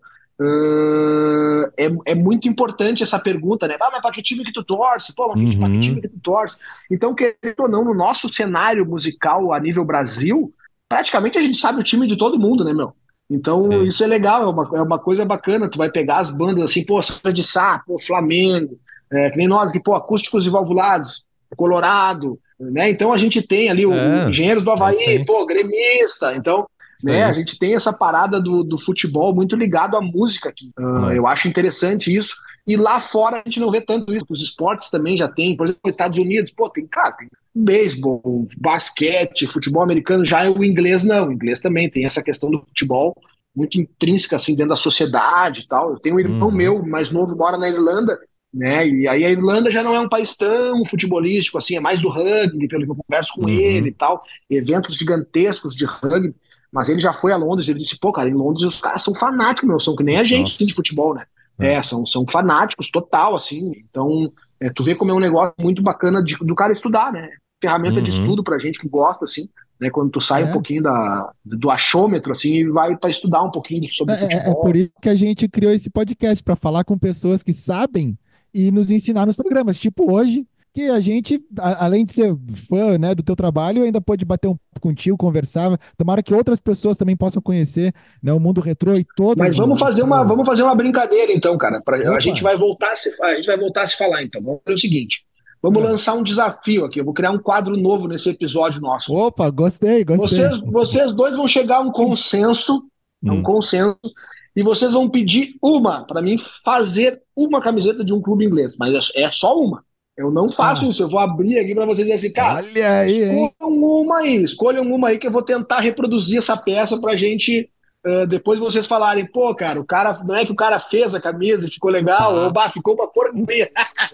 ãh, é, é muito importante essa pergunta, né? Ah, mas para que time que tu torce? Pô, mas para que time Uhum. que tu torce? Então, querendo ou não, no nosso cenário musical a nível Brasil, praticamente a gente sabe o time de todo mundo, né, meu? Então, Sim. isso é legal, é uma, é uma coisa bacana. Tu vai pegar as bandas assim, pô, Safra de Sá, pô, Flamengo, é, que nem nós aqui, pô, Acústicos e Valvulados, Colorado, né? Então a gente tem ali o, o É, Engenheiros do é isso Havaí, aí. pô, gremista. Então, Isso né, a aí. gente tem essa parada do, do futebol muito ligado à música aqui. Ah, É. eu acho interessante isso. E lá fora a gente não vê tanto isso. Os esportes também já tem, por exemplo, nos Estados Unidos, pô, tem, cara, tem beisebol, basquete, futebol americano, já o inglês não. O inglês também tem essa questão do futebol muito intrínseca assim dentro da sociedade e tal. Eu tenho um irmão Uhum. meu mais novo mora na Irlanda, né? E aí a Irlanda já não é um país tão futebolístico assim, é mais do rugby, pelo que eu converso com ele e Uhum. tal, eventos gigantescos de rugby. Mas ele já foi a Londres, ele disse, pô, cara, em Londres os caras são fanáticos, meu, são que nem a gente assim, Nossa. de futebol, né? É. É, são, são fanáticos total, assim. Então, é, tu vê como é um negócio muito bacana de, do cara estudar, né? Ferramenta de Uhum. estudo pra gente que gosta, assim, né? Quando tu sai um É. pouquinho da, do achômetro, assim, e vai para estudar um pouquinho É, sobre é- é por futebol. isso que a gente criou esse podcast, para falar com pessoas que sabem e nos ensinar nos programas. Tipo hoje, que a gente, a- além de ser fã, né, do teu trabalho, ainda pode bater um papo contigo, conversar. Tomara que outras pessoas também possam conhecer, né, o mundo retrô e todos Mas vamos os fazer uma, vamos seus. fazer uma brincadeira, então, cara. Pra, a gente Opa! vai voltar a se, a gente vai voltar a se falar, então. Vamos fazer o seguinte: vamos Ah. lançar um desafio aqui. Eu vou criar um quadro novo nesse episódio nosso. Opa, gostei, gostei. Vocês, vocês dois vão chegar a um consenso, a um Hum. consenso, e vocês vão pedir uma para mim fazer uma camiseta de um clube inglês, mas é, é só uma. Eu não faço Tá. isso. Eu vou abrir aqui para vocês dizer assim, cara, Olha aí, escolham hein? uma aí, escolham uma aí que eu vou tentar reproduzir essa peça para gente. Uh, depois vocês falarem, pô, cara, o cara não é que o cara fez a camisa e ficou legal, ou Tá. bah, ficou uma porcaria.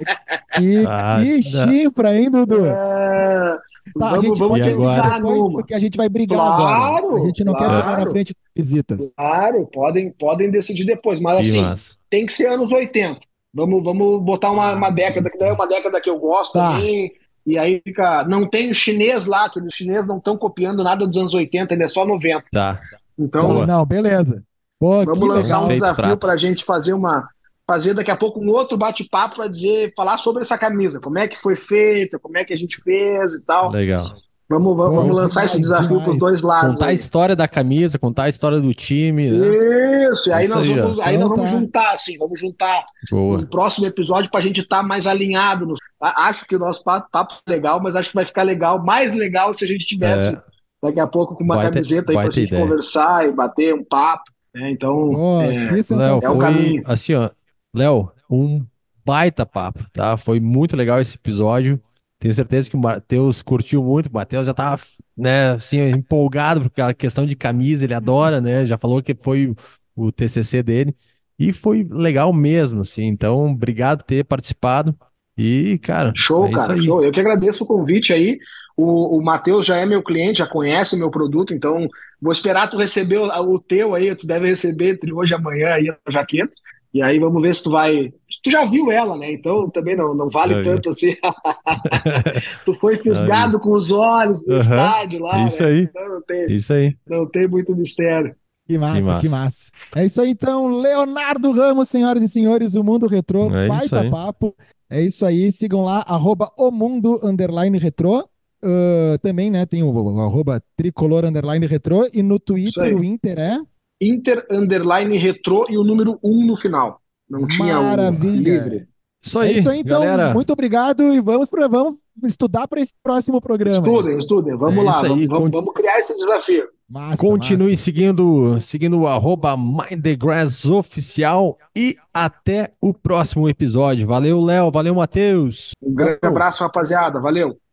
Que, Ah, que da- chifra, hein, Dudu? É, Tá, a vamos, gente e vamos pode decidir agora? pensar depois, numa. porque a gente vai brigar agora. A Claro, gente não quer É, brigar na claro. frente das visitas. Claro, podem, podem decidir depois, mas que assim, massa. tem que ser anos oitenta. Vamos, vamos botar uma, uma década, que daí é uma década que eu gosto Tá. também. E aí fica. Não tem o chinês lá, que os chineses não estão copiando nada dos anos oitenta, ele é só noventa. Tá. Então, Tá, Boa. não, beleza. Pô, vamos que lançar um legal. Feito, desafio para Prato. a gente fazer uma. Fazer daqui a pouco um outro bate-papo para dizer, falar sobre essa camisa, como é que foi feita, como é que a gente fez e tal. Legal. Vamos, vamos, Pô, vamos Show. lançar esse demais, desafio para os dois demais. lados Contar a aí. história da camisa, contar a história do time, né? Isso, e É aí isso nós aí, ó. vamos, aí nós Então vamos tá. juntar, assim, vamos juntar num Boa. próximo episódio para a gente estar mais alinhado. Nos- a- Acho que o nosso papo papo é legal, mas acho que vai ficar legal, mais legal se a gente tivesse É, daqui a pouco com uma baita, camiseta aí para a baita gente ideia. conversar e bater um papo, né? Então, Pô, é, que Léo, é o sensação. foi caminho. assim, ó. Léo, um baita papo, tá? Foi muito legal esse episódio. Tenho certeza que o Matheus curtiu muito. O Matheus já tava, né, assim, empolgado por aquela questão de camisa, ele adora, né? Já falou que foi o, o T C C dele. E foi legal mesmo, assim. Então, obrigado por ter participado. E, cara, Show, é isso cara, aí. show. Eu que agradeço o convite aí. O, o Matheus já é meu cliente, já conhece o meu produto, então vou esperar tu receber o, o teu aí, tu deve receber entre hoje e amanhã aí a jaqueta. E aí vamos ver se tu vai. Tu já viu ela, né? Então também não, não vale Já vi. tanto assim. Tu foi Já vi. fisgado com os olhos no Aham. estádio É lá, isso né? aí. Então não tem, Isso aí. não tem muito mistério. Que Que massa, que massa. massa. É isso aí, então. Leonardo Ramos, senhoras e senhores, o Mundo Retrô, É isso baita aí. papo. É isso aí, sigam lá, arroba o Mundo Underline Retrô. Ah, também, né, tem o, o arroba tricolor underline retrô. E no Isso Twitter, o aí. Inter é Inter underline retrô e o número um no final. Não tinha o maravilha. livre. Isso É aí, isso aí, então. galera. Muito obrigado e vamos, pra, vamos estudar para esse próximo programa aí. Estudem, estudem. É Vamos lá, isso aí. vamos, vamos, Con- vamos criar esse desafio. Massa, Continue massa. seguindo, seguindo o arroba Mind the Grass Oficial e até o próximo episódio. Valeu, Léo. Valeu, Matheus. Um grande abraço, rapaziada. Valeu.